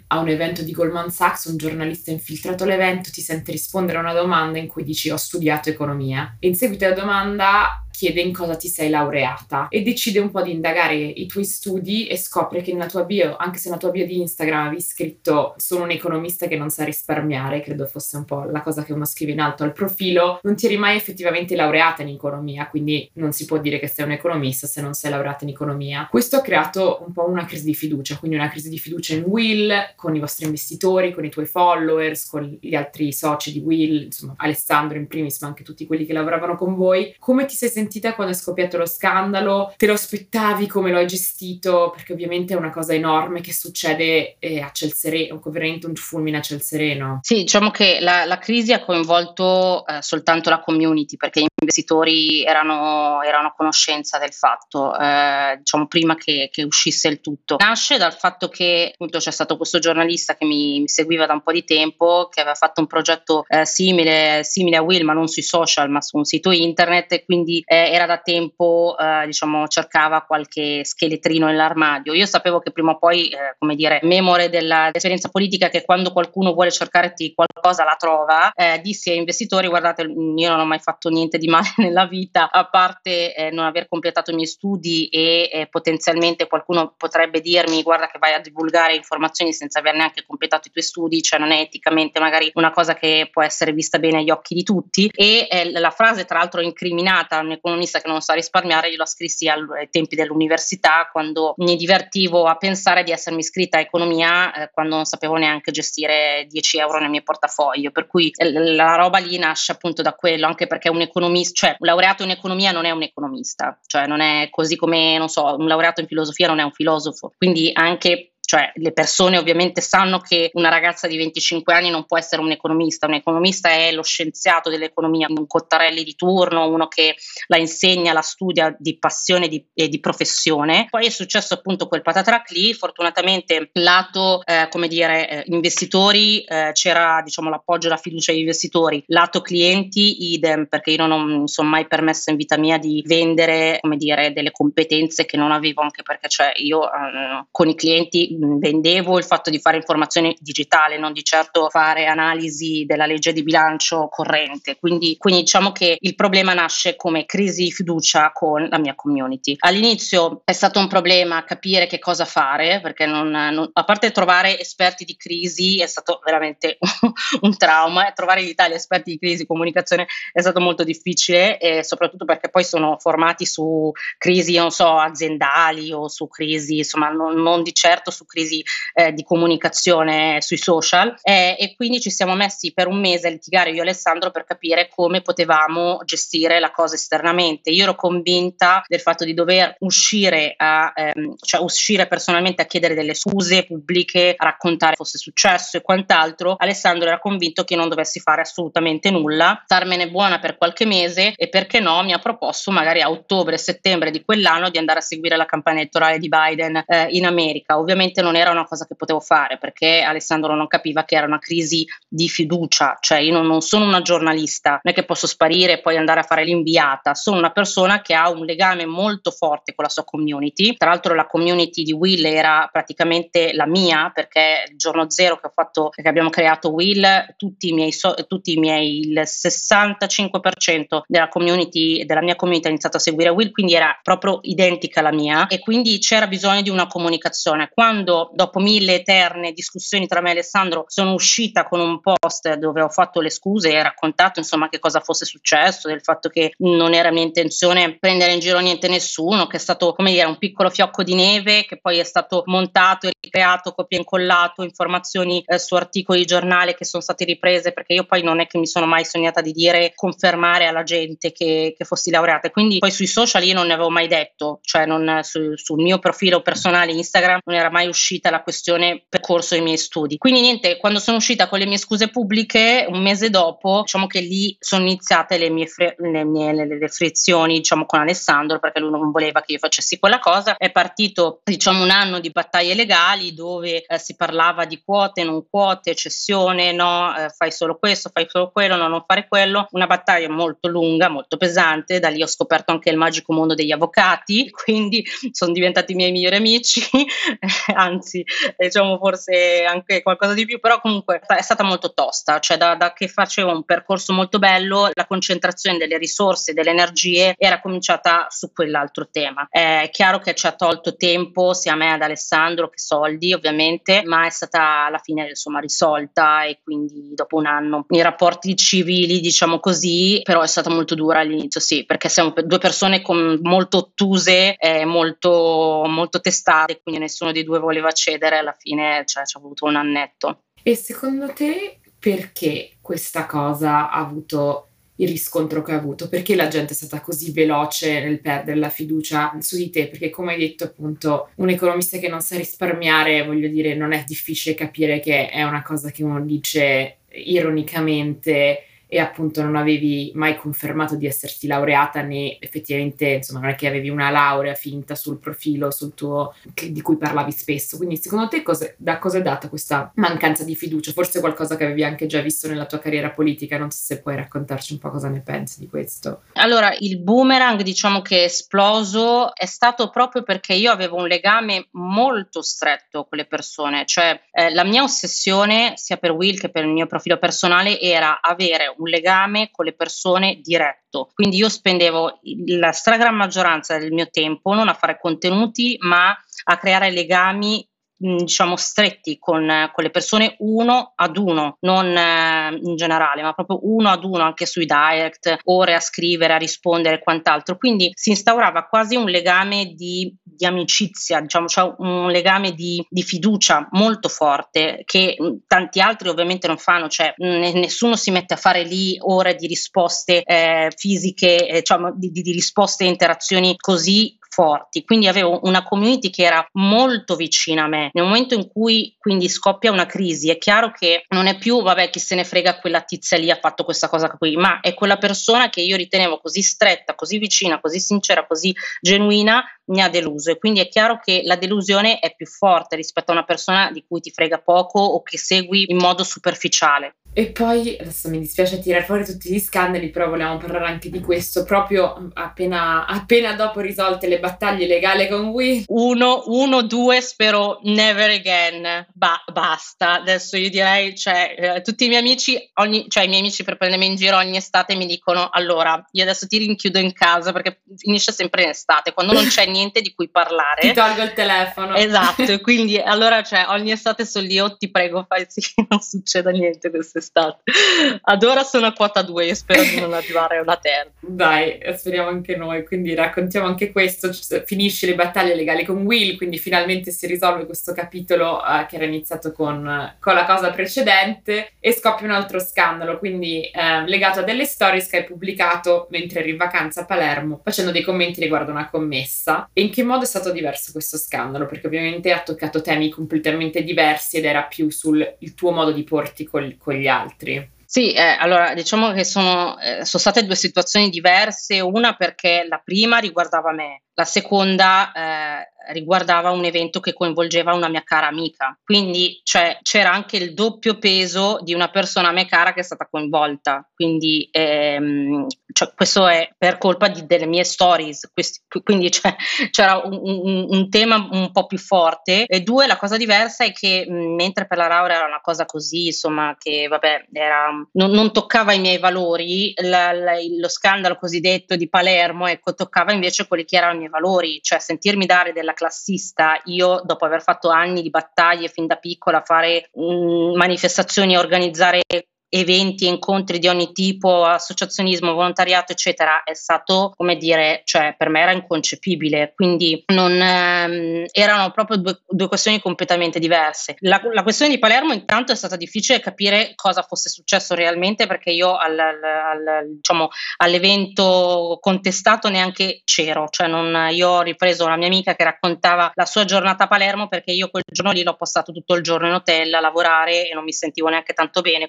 B: a un evento di Goldman Sachs, un giornalista infiltrato all'evento ti sente rispondere a una domanda in cui dici ho studiato economia e in seguito alla domanda chiede in cosa ti sei laureata e decide un po' di indagare i tuoi studi e scopre che nella tua bio, anche se nella tua bio di Instagram avevi scritto sono un economista che non sa risparmiare, credo fosse un po' la cosa che uno scrive in alto al profilo, non ti eri mai effettivamente laureata in economia, quindi non si può dire che sei un economista se non sei laureata in economia. Questo ha creato un po' una crisi di fiducia, quindi una crisi di fiducia in Will, con i vostri investitori, con i tuoi followers, con gli altri soci di Will, insomma Alessandro in primis, ma anche tutti quelli che lavoravano con voi. Come ti sei sentita quando è scoppiato lo scandalo? Te lo aspettavi? Come lo hai gestito? Perché ovviamente è una cosa enorme che succede a ciel sereno, veramente un fulmine a ciel sereno.
C: Sì, diciamo che la crisi ha coinvolto soltanto la community, perché gli investitori erano a conoscenza del fatto, diciamo prima che uscisse il tutto. Nasce dal fatto che appunto c'è stato questo giornalista che mi seguiva da un po' di tempo, che aveva fatto un progetto simile a Will, ma non sui social, ma su un sito internet, e quindi era da tempo, diciamo, cercava qualche scheletrino nell'armadio. Io sapevo che prima o poi, come dire, memore dell'esperienza politica, che quando qualcuno vuole cercarti qualcosa la trova, dissi ai investitori: guardate, io non ho mai fatto niente di male nella vita, a parte non aver completato i miei studi e potenzialmente qualcuno potrebbe dirmi guarda che vai a divulgare informazioni senza aver neanche completato i tuoi studi, cioè non è eticamente magari una cosa che può essere vista bene agli occhi di tutti. E la frase, tra l'altro incriminata, un economista che non sa risparmiare, io la scrissi ai tempi dell'università, quando mi divertivo a pensare di essermi iscritta a economia quando non sapevo neanche gestire 10 euro nel mio portafoglio, per cui la roba lì nasce appunto da quello, anche perché un economista, cioè un laureato in economia non è un economista, cioè non è così come, non so, un laureato in filosofia non è un filosofo, quindi anche cioè le persone ovviamente sanno che una ragazza di 25 anni non può essere un economista è lo scienziato dell'economia, un Cottarelli di turno, uno che la insegna, la studia di passione e di professione. Poi è successo appunto quel patatrac lì, fortunatamente lato investitori c'era diciamo l'appoggio e la fiducia degli investitori, lato clienti idem, perché io non mi sono mai permessa in vita mia di vendere come dire delle competenze che non avevo, anche perché cioè io con i clienti vendevo il fatto di fare informazione digitale, non di certo fare analisi della legge di bilancio corrente, quindi diciamo che il problema nasce come crisi di fiducia con la mia community. All'inizio è stato un problema capire che cosa fare, perché a parte trovare esperti di crisi è stato veramente un trauma, e trovare in Italia esperti di crisi comunicazione è stato molto difficile, e soprattutto perché poi sono formati su crisi, non so, aziendali o su crisi, insomma non di certo su crisi di comunicazione sui social, e quindi ci siamo messi per un mese a litigare io e Alessandro per capire come potevamo gestire la cosa esternamente. Io ero convinta del fatto di dover uscire personalmente a chiedere delle scuse pubbliche, a raccontare cosa fosse successo e quant'altro. Alessandro era convinto che io non dovessi fare assolutamente nulla, starmene buona per qualche mese, e perché no mi ha proposto magari a ottobre-settembre di quell'anno di andare a seguire la campagna elettorale di Biden in America. Ovviamente non era una cosa che potevo fare, perché Alessandro non capiva che era una crisi di fiducia, cioè io non sono una giornalista, non è che posso sparire e poi andare a fare l'inviata, sono una persona che ha un legame molto forte con la sua community. Tra l'altro la community di Will era praticamente la mia, perché il giorno zero che abbiamo creato Will, il 65% della mia community ha iniziato a seguire Will, quindi era proprio identica alla mia, e quindi c'era bisogno di una comunicazione. Quando dopo 1000 eterne discussioni tra me e Alessandro sono uscita con un post dove ho fatto le scuse e raccontato insomma che cosa fosse successo, del fatto che non era mia intenzione prendere in giro niente nessuno, che è stato come dire un piccolo fiocco di neve che poi è stato montato e ricreato, copia e incollato, informazioni su articoli di giornale che sono state riprese, perché io poi non è che mi sono mai sognata di confermare alla gente che fossi laureata, quindi poi sui social io non ne avevo mai detto, cioè sul mio profilo personale Instagram non era mai uscita la questione percorso dei miei studi. Quindi niente, quando sono uscita con le mie scuse pubbliche, un mese dopo, diciamo che lì sono iniziate le frizioni, diciamo, con Alessandro, perché lui non voleva che io facessi quella cosa. È partito, diciamo, un anno di battaglie legali dove si parlava di quote, non quote, cessione, no, fai solo questo, fai solo quello, no, non fare quello. Una battaglia molto lunga, molto pesante. Da lì ho scoperto anche il magico mondo degli avvocati, quindi sono diventati i miei migliori amici. Anzi, diciamo forse anche qualcosa di più, però comunque è stata molto tosta, cioè da che facevo un percorso molto bello, la concentrazione delle risorse, delle energie era cominciata su quell'altro tema. È chiaro che ci ha tolto tempo sia a me ad Alessandro che soldi ovviamente, ma è stata alla fine insomma risolta, e quindi dopo un anno i rapporti civili, diciamo così, però è stata molto dura all'inizio, sì, perché siamo due persone molto ottuse, molto, molto testate, quindi nessuno dei due voleva cedere, alla fine cioè, ci ha avuto un annetto.
B: E secondo te perché questa cosa ha avuto il riscontro che ha avuto? Perché la gente è stata così veloce nel perdere la fiducia su di te? Perché come hai detto appunto, un economista che non sa risparmiare, voglio dire, non è difficile capire che è una cosa che uno dice ironicamente, e appunto non avevi mai confermato di esserti laureata, né effettivamente insomma non è che avevi una laurea finta sul profilo sul tuo di cui parlavi spesso. Quindi secondo te da cosa è data questa mancanza di fiducia? Forse qualcosa che avevi anche già visto nella tua carriera politica, non so se puoi raccontarci un po' cosa ne pensi di questo.
C: Allora, il boomerang, diciamo che è esploso, è stato proprio perché io avevo un legame molto stretto con le persone, cioè la mia ossessione sia per Will che per il mio profilo personale era avere un legame con le persone diretto, quindi io spendevo la stragrande maggioranza del mio tempo non a fare contenuti ma a creare legami diciamo stretti con le persone uno ad uno, non in generale, ma proprio uno ad uno, anche sui direct, ore a scrivere, a rispondere e quant'altro. Quindi si instaurava quasi un legame di amicizia, diciamo, cioè un legame di fiducia molto forte che tanti altri ovviamente non fanno, cioè nessuno si mette a fare lì ore di risposte fisiche, diciamo, di risposte e interazioni così forti. Quindi avevo una community che era molto vicina a me. Nel momento in cui quindi scoppia una crisi, è chiaro che non è più vabbè chi se ne frega, quella tizia lì ha fatto questa cosa qui, ma è quella persona che io ritenevo così stretta, così vicina, così sincera, così genuina, mi ha deluso. E quindi è chiaro che la delusione è più forte rispetto a una persona di cui ti frega poco o che segui in modo superficiale.
B: E poi, adesso mi dispiace tirare fuori tutti gli scandali, però volevamo parlare anche di questo, proprio appena dopo risolte le battaglie legali con Will.
C: 1, 2, spero never again, basta, adesso io direi, cioè tutti i miei amici, cioè i miei amici per prendermi in giro ogni estate mi dicono allora, io adesso ti rinchiudo in casa perché finisce sempre in estate, quando non c'è niente di cui parlare.
B: Ti tolgo il telefono.
C: Esatto, e quindi allora cioè ogni estate sono lì, ti prego fai sì che non succeda niente quest'estate. Ad ora sono a quota 2 e spero di non arrivare a una terza.
B: Dai, speriamo anche noi, quindi raccontiamo anche questo. Finisce le battaglie legali con Will, quindi finalmente si risolve questo capitolo che era iniziato con la cosa precedente, e scoppia un altro scandalo, quindi legato a delle stories che hai pubblicato mentre eri in vacanza a Palermo, facendo dei commenti riguardo una commessa. E in che modo è stato diverso questo scandalo? Perché ovviamente ha toccato temi completamente diversi ed era più sul il tuo modo di porti con gli altri.
C: Sì, allora diciamo che sono state due situazioni diverse, una perché la prima riguardava me, la seconda riguardava un evento che coinvolgeva una mia cara amica, quindi cioè, c'era anche il doppio peso di una persona a me cara che è stata coinvolta, quindi cioè, questo è per colpa delle mie stories, quindi cioè, c'era un tema un po' più forte. E due, la cosa diversa è che mentre per la laurea era una cosa così, insomma, che vabbè non toccava i miei valori, lo scandalo cosiddetto di Palermo, ecco, toccava invece quelli che erano i miei valori, cioè sentirmi dare della classista, io dopo aver fatto anni di battaglie fin da piccola, fare manifestazioni, organizzare eventi e incontri di ogni tipo, associazionismo, volontariato eccetera, è stato, come dire, cioè per me era inconcepibile, quindi non erano proprio due questioni completamente diverse. La questione di Palermo intanto è stata difficile capire cosa fosse successo realmente, perché io diciamo, all'evento contestato neanche c'ero, cioè io ho ripreso una mia amica che raccontava la sua giornata a Palermo, perché io quel giorno lì l'ho passato tutto il giorno in hotel a lavorare e non mi sentivo neanche tanto bene, quindi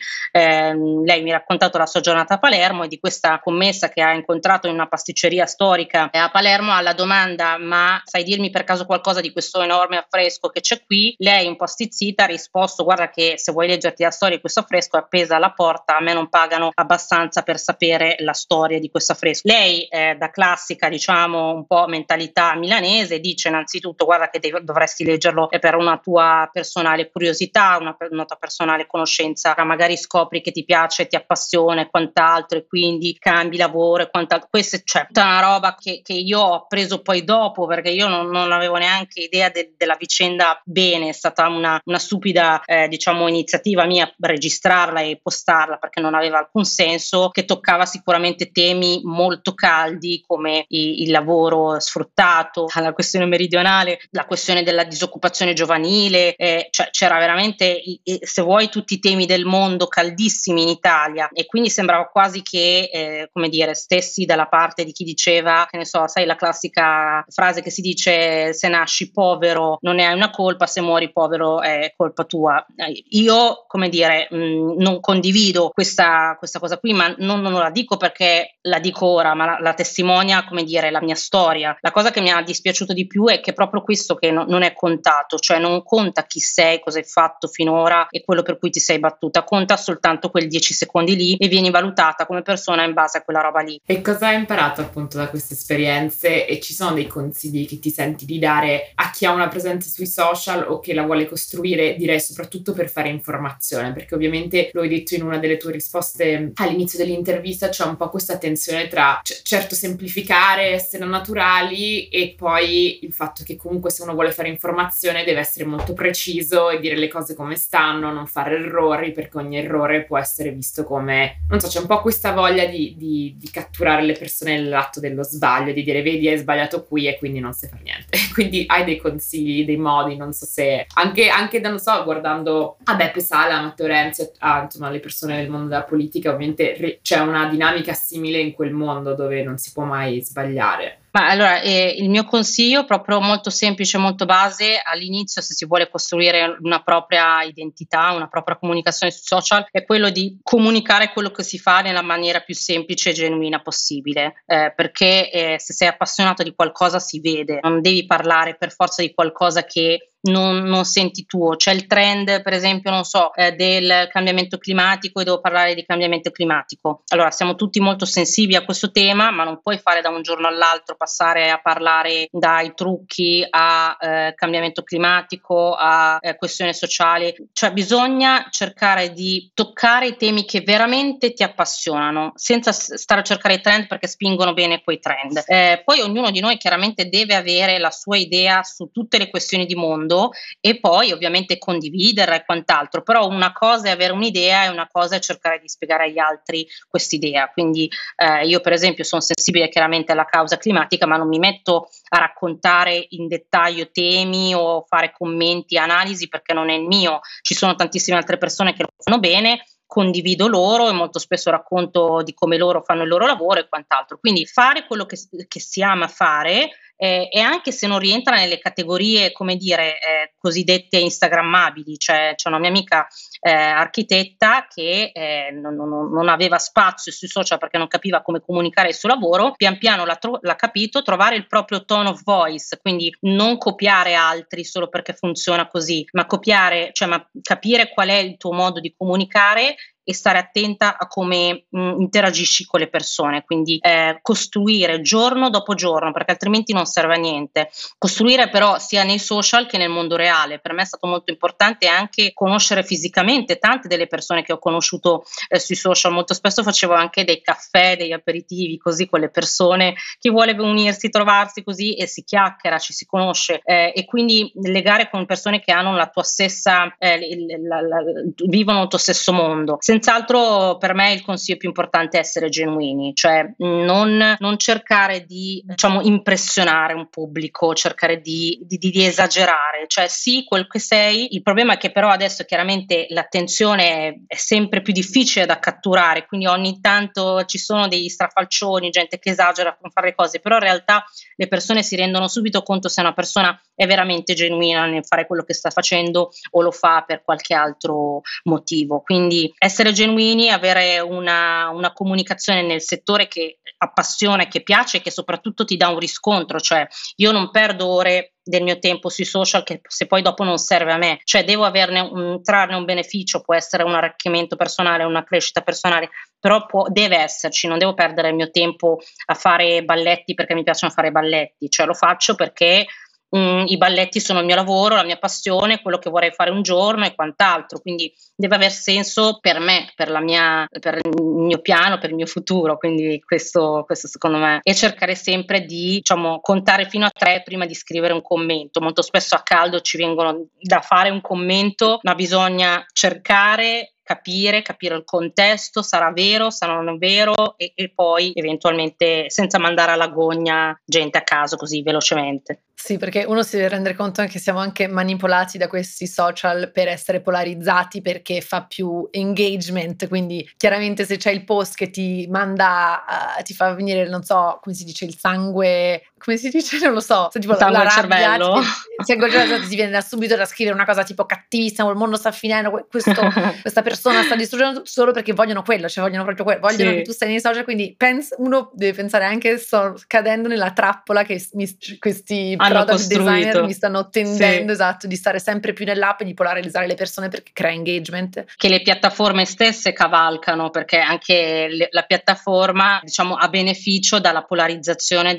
C: lei mi ha raccontato la sua giornata a Palermo e di questa commessa che ha incontrato in una pasticceria storica a Palermo. Alla domanda: ma sai dirmi per caso qualcosa di questo enorme affresco che c'è qui? Lei, un po' stizzita, ha risposto: guarda che se vuoi leggerti la storia di questo affresco è appesa alla porta, a me non pagano abbastanza per sapere la storia di questo affresco. Lei, da classica, diciamo, un po' mentalità milanese, dice innanzitutto: guarda che dovresti leggerlo per una tua personale curiosità, una tua personale conoscenza, magari scopri che ti piace, ti appassiona e quant'altro, e quindi cambi lavoro e quant'altro. Questa è tutta una roba che io ho appreso poi dopo, perché io non avevo neanche idea della vicenda bene. È stata una stupida diciamo iniziativa mia registrarla e postarla, perché non aveva alcun senso, che toccava sicuramente temi molto caldi come il lavoro sfruttato, la questione meridionale, la questione della disoccupazione giovanile, cioè c'era veramente, se vuoi, tutti i temi del mondo caldissimi in Italia, e quindi sembrava quasi che come dire, stessi dalla parte di chi diceva, che ne so, sai, la classica frase che si dice: se nasci povero non ne hai una colpa, se muori povero è colpa tua. Io, come dire, non condivido questa cosa qui, ma non la dico perché la dico ora, ma la testimonia, come dire, la mia storia. La cosa che mi ha dispiaciuto di più è che proprio questo che non è contato, cioè non conta chi sei, cosa hai fatto finora e quello per cui ti sei battuta, conta soltanto quel 10 secondi lì e vieni valutata come persona in base a quella roba lì.
B: E cosa hai imparato appunto da queste esperienze, e ci sono dei consigli che ti senti di dare a chi ha una presenza sui social o che la vuole costruire, direi soprattutto per fare informazione, perché ovviamente lo hai detto in una delle tue risposte all'inizio dell'intervista, c'è un po' questa tensione tra certo semplificare, essere naturali, e poi il fatto che comunque se uno vuole fare informazione deve essere molto preciso e dire le cose come stanno, non fare errori, perché ogni errore può essere visto come, non so, c'è un po' questa voglia di catturare le persone nell'atto dello sbaglio, di dire vedi hai sbagliato qui e quindi non sai fare niente. Quindi hai dei consigli, dei modi, non so se anche da, non so, guardando a Beppe Sala, a Matteo Renzi, insomma le persone del mondo della politica, ovviamente c'è una dinamica simile in quel mondo dove non si può mai sbagliare.
C: Ma allora, il mio consiglio, proprio molto semplice, molto base, all'inizio, se si vuole costruire una propria identità, una propria comunicazione sui social, è quello di comunicare quello che si fa nella maniera più semplice e genuina possibile, perché se sei appassionato di qualcosa si vede, non devi parlare per forza di qualcosa che non senti tuo. C'è il trend, per esempio, non so, del cambiamento climatico, e devo parlare di cambiamento climatico. Allora, siamo tutti molto sensibili a questo tema, ma non puoi fare da un giorno all'altro, passare a parlare dai trucchi a cambiamento climatico a questione sociale. Cioè bisogna cercare di toccare i temi che veramente ti appassionano, senza stare a cercare i trend, perché spingono bene quei trend. Poi ognuno di noi chiaramente deve avere la sua idea su tutte le questioni di mondo, e poi ovviamente condividerla e quant'altro, però una cosa è avere un'idea e una cosa è cercare di spiegare agli altri quest'idea. Quindi io per esempio sono sensibile chiaramente alla causa climatica, ma non mi metto a raccontare in dettaglio temi o fare commenti, analisi, perché non è il mio. Ci sono tantissime altre persone che lo fanno bene, condivido loro e molto spesso racconto di come loro fanno il loro lavoro e quant'altro. Quindi fare quello che si ama fare, e anche se non rientra nelle categorie, come dire, cosiddette instagrammabili. C'è una mia amica architetta che non aveva spazio sui social perché non capiva come comunicare il suo lavoro. Pian piano l'ha capito, trovare il proprio tone of voice, quindi non copiare altri solo perché funziona così, ma capire qual è il tuo modo di comunicare e stare attenta a come interagisci con le persone. Quindi costruire giorno dopo giorno, perché altrimenti non serve a niente. Costruire però sia nei social che nel mondo reale. Per me è stato molto importante anche conoscere fisicamente tante delle persone che ho conosciuto sui social. Molto spesso facevo anche dei caffè, degli aperitivi così con le persone. Chi vuole unirsi, trovarsi così, e si chiacchiera, ci si conosce, e quindi legare con persone che hanno la tua stessa vivono il tuo stesso mondo. Senz'altro per me il consiglio più importante è essere genuini, cioè non cercare di, diciamo, impressionare un pubblico, cercare di esagerare, cioè sì, quel che sei. Il problema è che però adesso chiaramente l'attenzione è sempre più difficile da catturare, quindi ogni tanto ci sono degli strafalcioni, gente che esagera con fare le cose, però in realtà le persone si rendono subito conto se una persona è veramente genuina nel fare quello che sta facendo o lo fa per qualche altro motivo. Quindi essere essere genuini, avere una comunicazione nel settore che appassiona e che piace e che soprattutto ti dà un riscontro, cioè io non perdo ore del mio tempo sui social che se poi dopo non serve a me, cioè devo trarne un beneficio, può essere un arricchimento personale, una crescita personale, però deve esserci, non devo perdere il mio tempo a fare balletti perché mi piacciono fare balletti, cioè lo faccio perché i balletti sono il mio lavoro, la mia passione, quello che vorrei fare un giorno e quant'altro, quindi deve aver senso per me, per il mio piano, per il mio futuro, quindi questo secondo me, e cercare sempre di, diciamo, contare fino a 3 prima di scrivere un commento. Molto spesso a caldo ci vengono da fare un commento, ma bisogna cercare, capire il contesto, sarà vero, sarà non è vero, e poi eventualmente senza mandare alla gogna gente a caso così velocemente.
A: Sì, perché uno si deve rendere conto che siamo anche manipolati da questi social per essere polarizzati, perché fa più engagement, quindi chiaramente se c'è il post che ti manda, ti fa venire, non so, come si dice, il sangue, come si dice? Non lo so, tipo
C: sangue
A: la
C: al
A: rabbia,
C: cervello.
A: ti viene da subito da scrivere una cosa tipo cattivissima, il mondo sta finendo, questa persona sta distruggendo tutto solo perché vogliono quello, cioè vogliono proprio quello, vogliono che tu stai nei social, quindi uno deve pensare anche sto cadendo nella trappola che questi product designer mi stanno tendendo, esatto, di stare sempre più nell'app e di polarizzare le persone perché crea engagement.
C: Che le piattaforme stesse cavalcano, perché anche la piattaforma, diciamo, ha beneficio dalla polarizzazione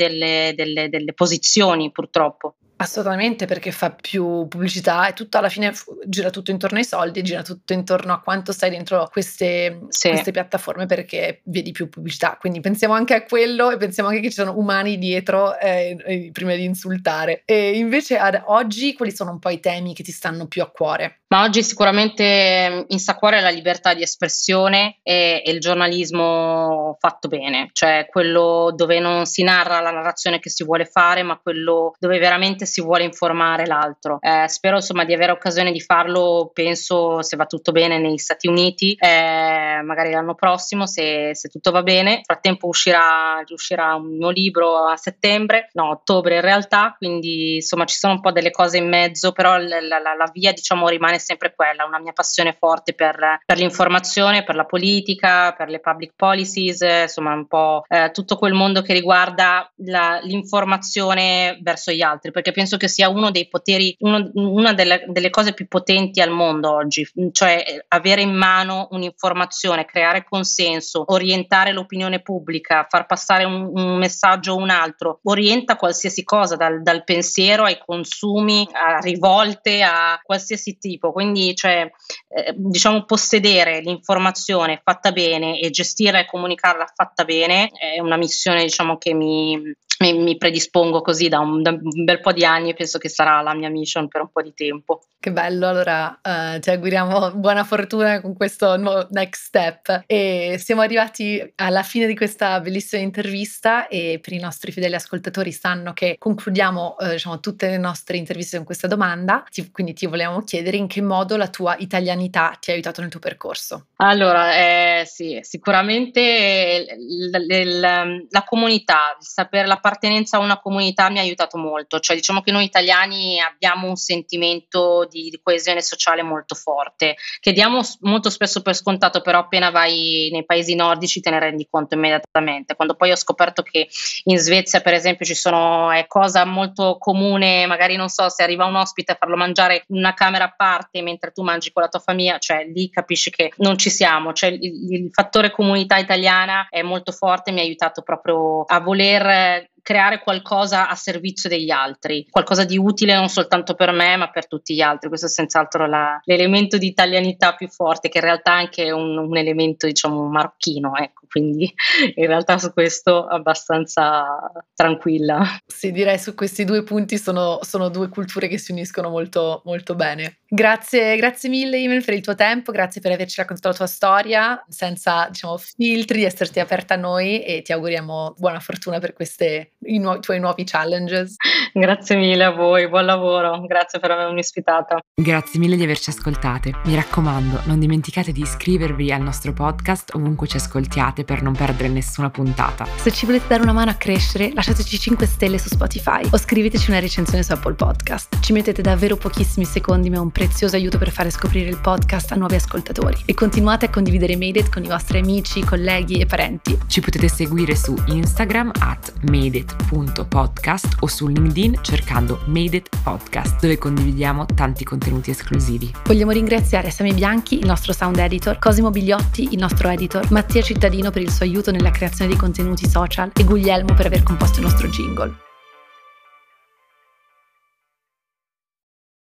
C: delle posizioni, purtroppo.
A: Assolutamente, perché fa più pubblicità e tutto alla fine gira tutto intorno ai soldi, gira tutto intorno a quanto stai dentro queste piattaforme, perché vedi più pubblicità. Quindi pensiamo anche a quello e pensiamo anche che ci sono umani dietro prima di insultare. E invece ad oggi quali sono un po' i temi che ti stanno più a cuore?
C: Ma oggi sicuramente in sta cuore la libertà di espressione e il giornalismo fatto bene, cioè quello dove non si narra la narrazione che si vuole fare, ma quello dove veramente si vuole informare l'altro. Spero insomma di avere occasione di farlo, penso, se va tutto bene, negli Stati Uniti, magari l'anno prossimo se tutto va bene. Nel frattempo uscirà un mio libro a ottobre in realtà, quindi insomma ci sono un po' delle cose in mezzo, però la via, diciamo, rimane sempre quella, una mia passione forte per l'informazione, per la politica, per le public policies, insomma un po' tutto quel mondo che riguarda l'informazione verso gli altri, perché penso che sia uno dei poteri, una delle cose più potenti al mondo oggi, cioè avere in mano un'informazione, creare consenso, orientare l'opinione pubblica, far passare un messaggio o un altro, orienta qualsiasi cosa, dal pensiero ai consumi, a rivolte, a qualsiasi tipo. Quindi, cioè, diciamo, possedere l'informazione fatta bene e gestirla e comunicarla fatta bene è una missione, diciamo, che mi predispongo così da un bel po' di anni, e penso che sarà la mia mission per un po' di tempo.
A: Che bello, allora ti auguriamo buona fortuna con questo nuovo next step, e siamo arrivati alla fine di questa bellissima intervista, e per i nostri fedeli ascoltatori sanno che concludiamo diciamo tutte le nostre interviste con questa domanda, quindi ti volevamo chiedere in che modo la tua italianità ti ha aiutato nel tuo percorso.
C: Allora, sì, sicuramente la comunità, il sapere l'appartenenza a una comunità mi ha aiutato molto, cioè diciamo che noi italiani abbiamo un sentimento di coesione sociale molto forte, che diamo molto spesso per scontato, però appena vai nei paesi nordici te ne rendi conto immediatamente. Quando poi ho scoperto che in Svezia, per esempio, è cosa molto comune, magari non so, se arriva un ospite a farlo mangiare in una camera a parte mentre tu mangi con la tua famiglia, cioè lì capisci che non ci siamo, cioè il fattore comunità italiana è molto forte, mi ha aiutato proprio a voler creare qualcosa a servizio degli altri, qualcosa di utile non soltanto per me ma per tutti gli altri. Questo è senz'altro l'elemento di italianità più forte, che in realtà è anche un elemento, diciamo, marocchino, ecco, quindi in realtà su questo abbastanza tranquilla.
A: Sì, direi su questi due punti sono due culture che si uniscono molto, molto bene. Grazie mille Imen per il tuo tempo, grazie per averci raccontato la tua storia senza, diciamo, filtri, di esserti aperta a noi, e ti auguriamo buona fortuna per i tuoi nuovi challenges.
C: Grazie mille a voi, buon lavoro, grazie per avermi ospitata.
B: Grazie mille di averci ascoltate. Mi raccomando, non dimenticate di iscrivervi al nostro podcast ovunque ci ascoltiate per non perdere nessuna puntata.
A: Se ci volete dare una mano a crescere, lasciateci 5 stelle su Spotify o scriveteci una recensione su Apple Podcast. Ci mettete davvero pochissimi secondi, ma è un prezioso aiuto per fare scoprire il podcast a nuovi ascoltatori. E continuate a condividere Made It con i vostri amici, colleghi e parenti.
B: Ci potete seguire su Instagram @madeit.podcast o su LinkedIn cercando Made It Podcast, dove condividiamo tanti contenuti esclusivi.
A: Vogliamo ringraziare Sami Bianchi, il nostro sound editor, Cosimo Bigliotti, il nostro editor, Mattia Cittadino per il suo aiuto nella creazione di contenuti social e Guglielmo per aver composto il nostro jingle.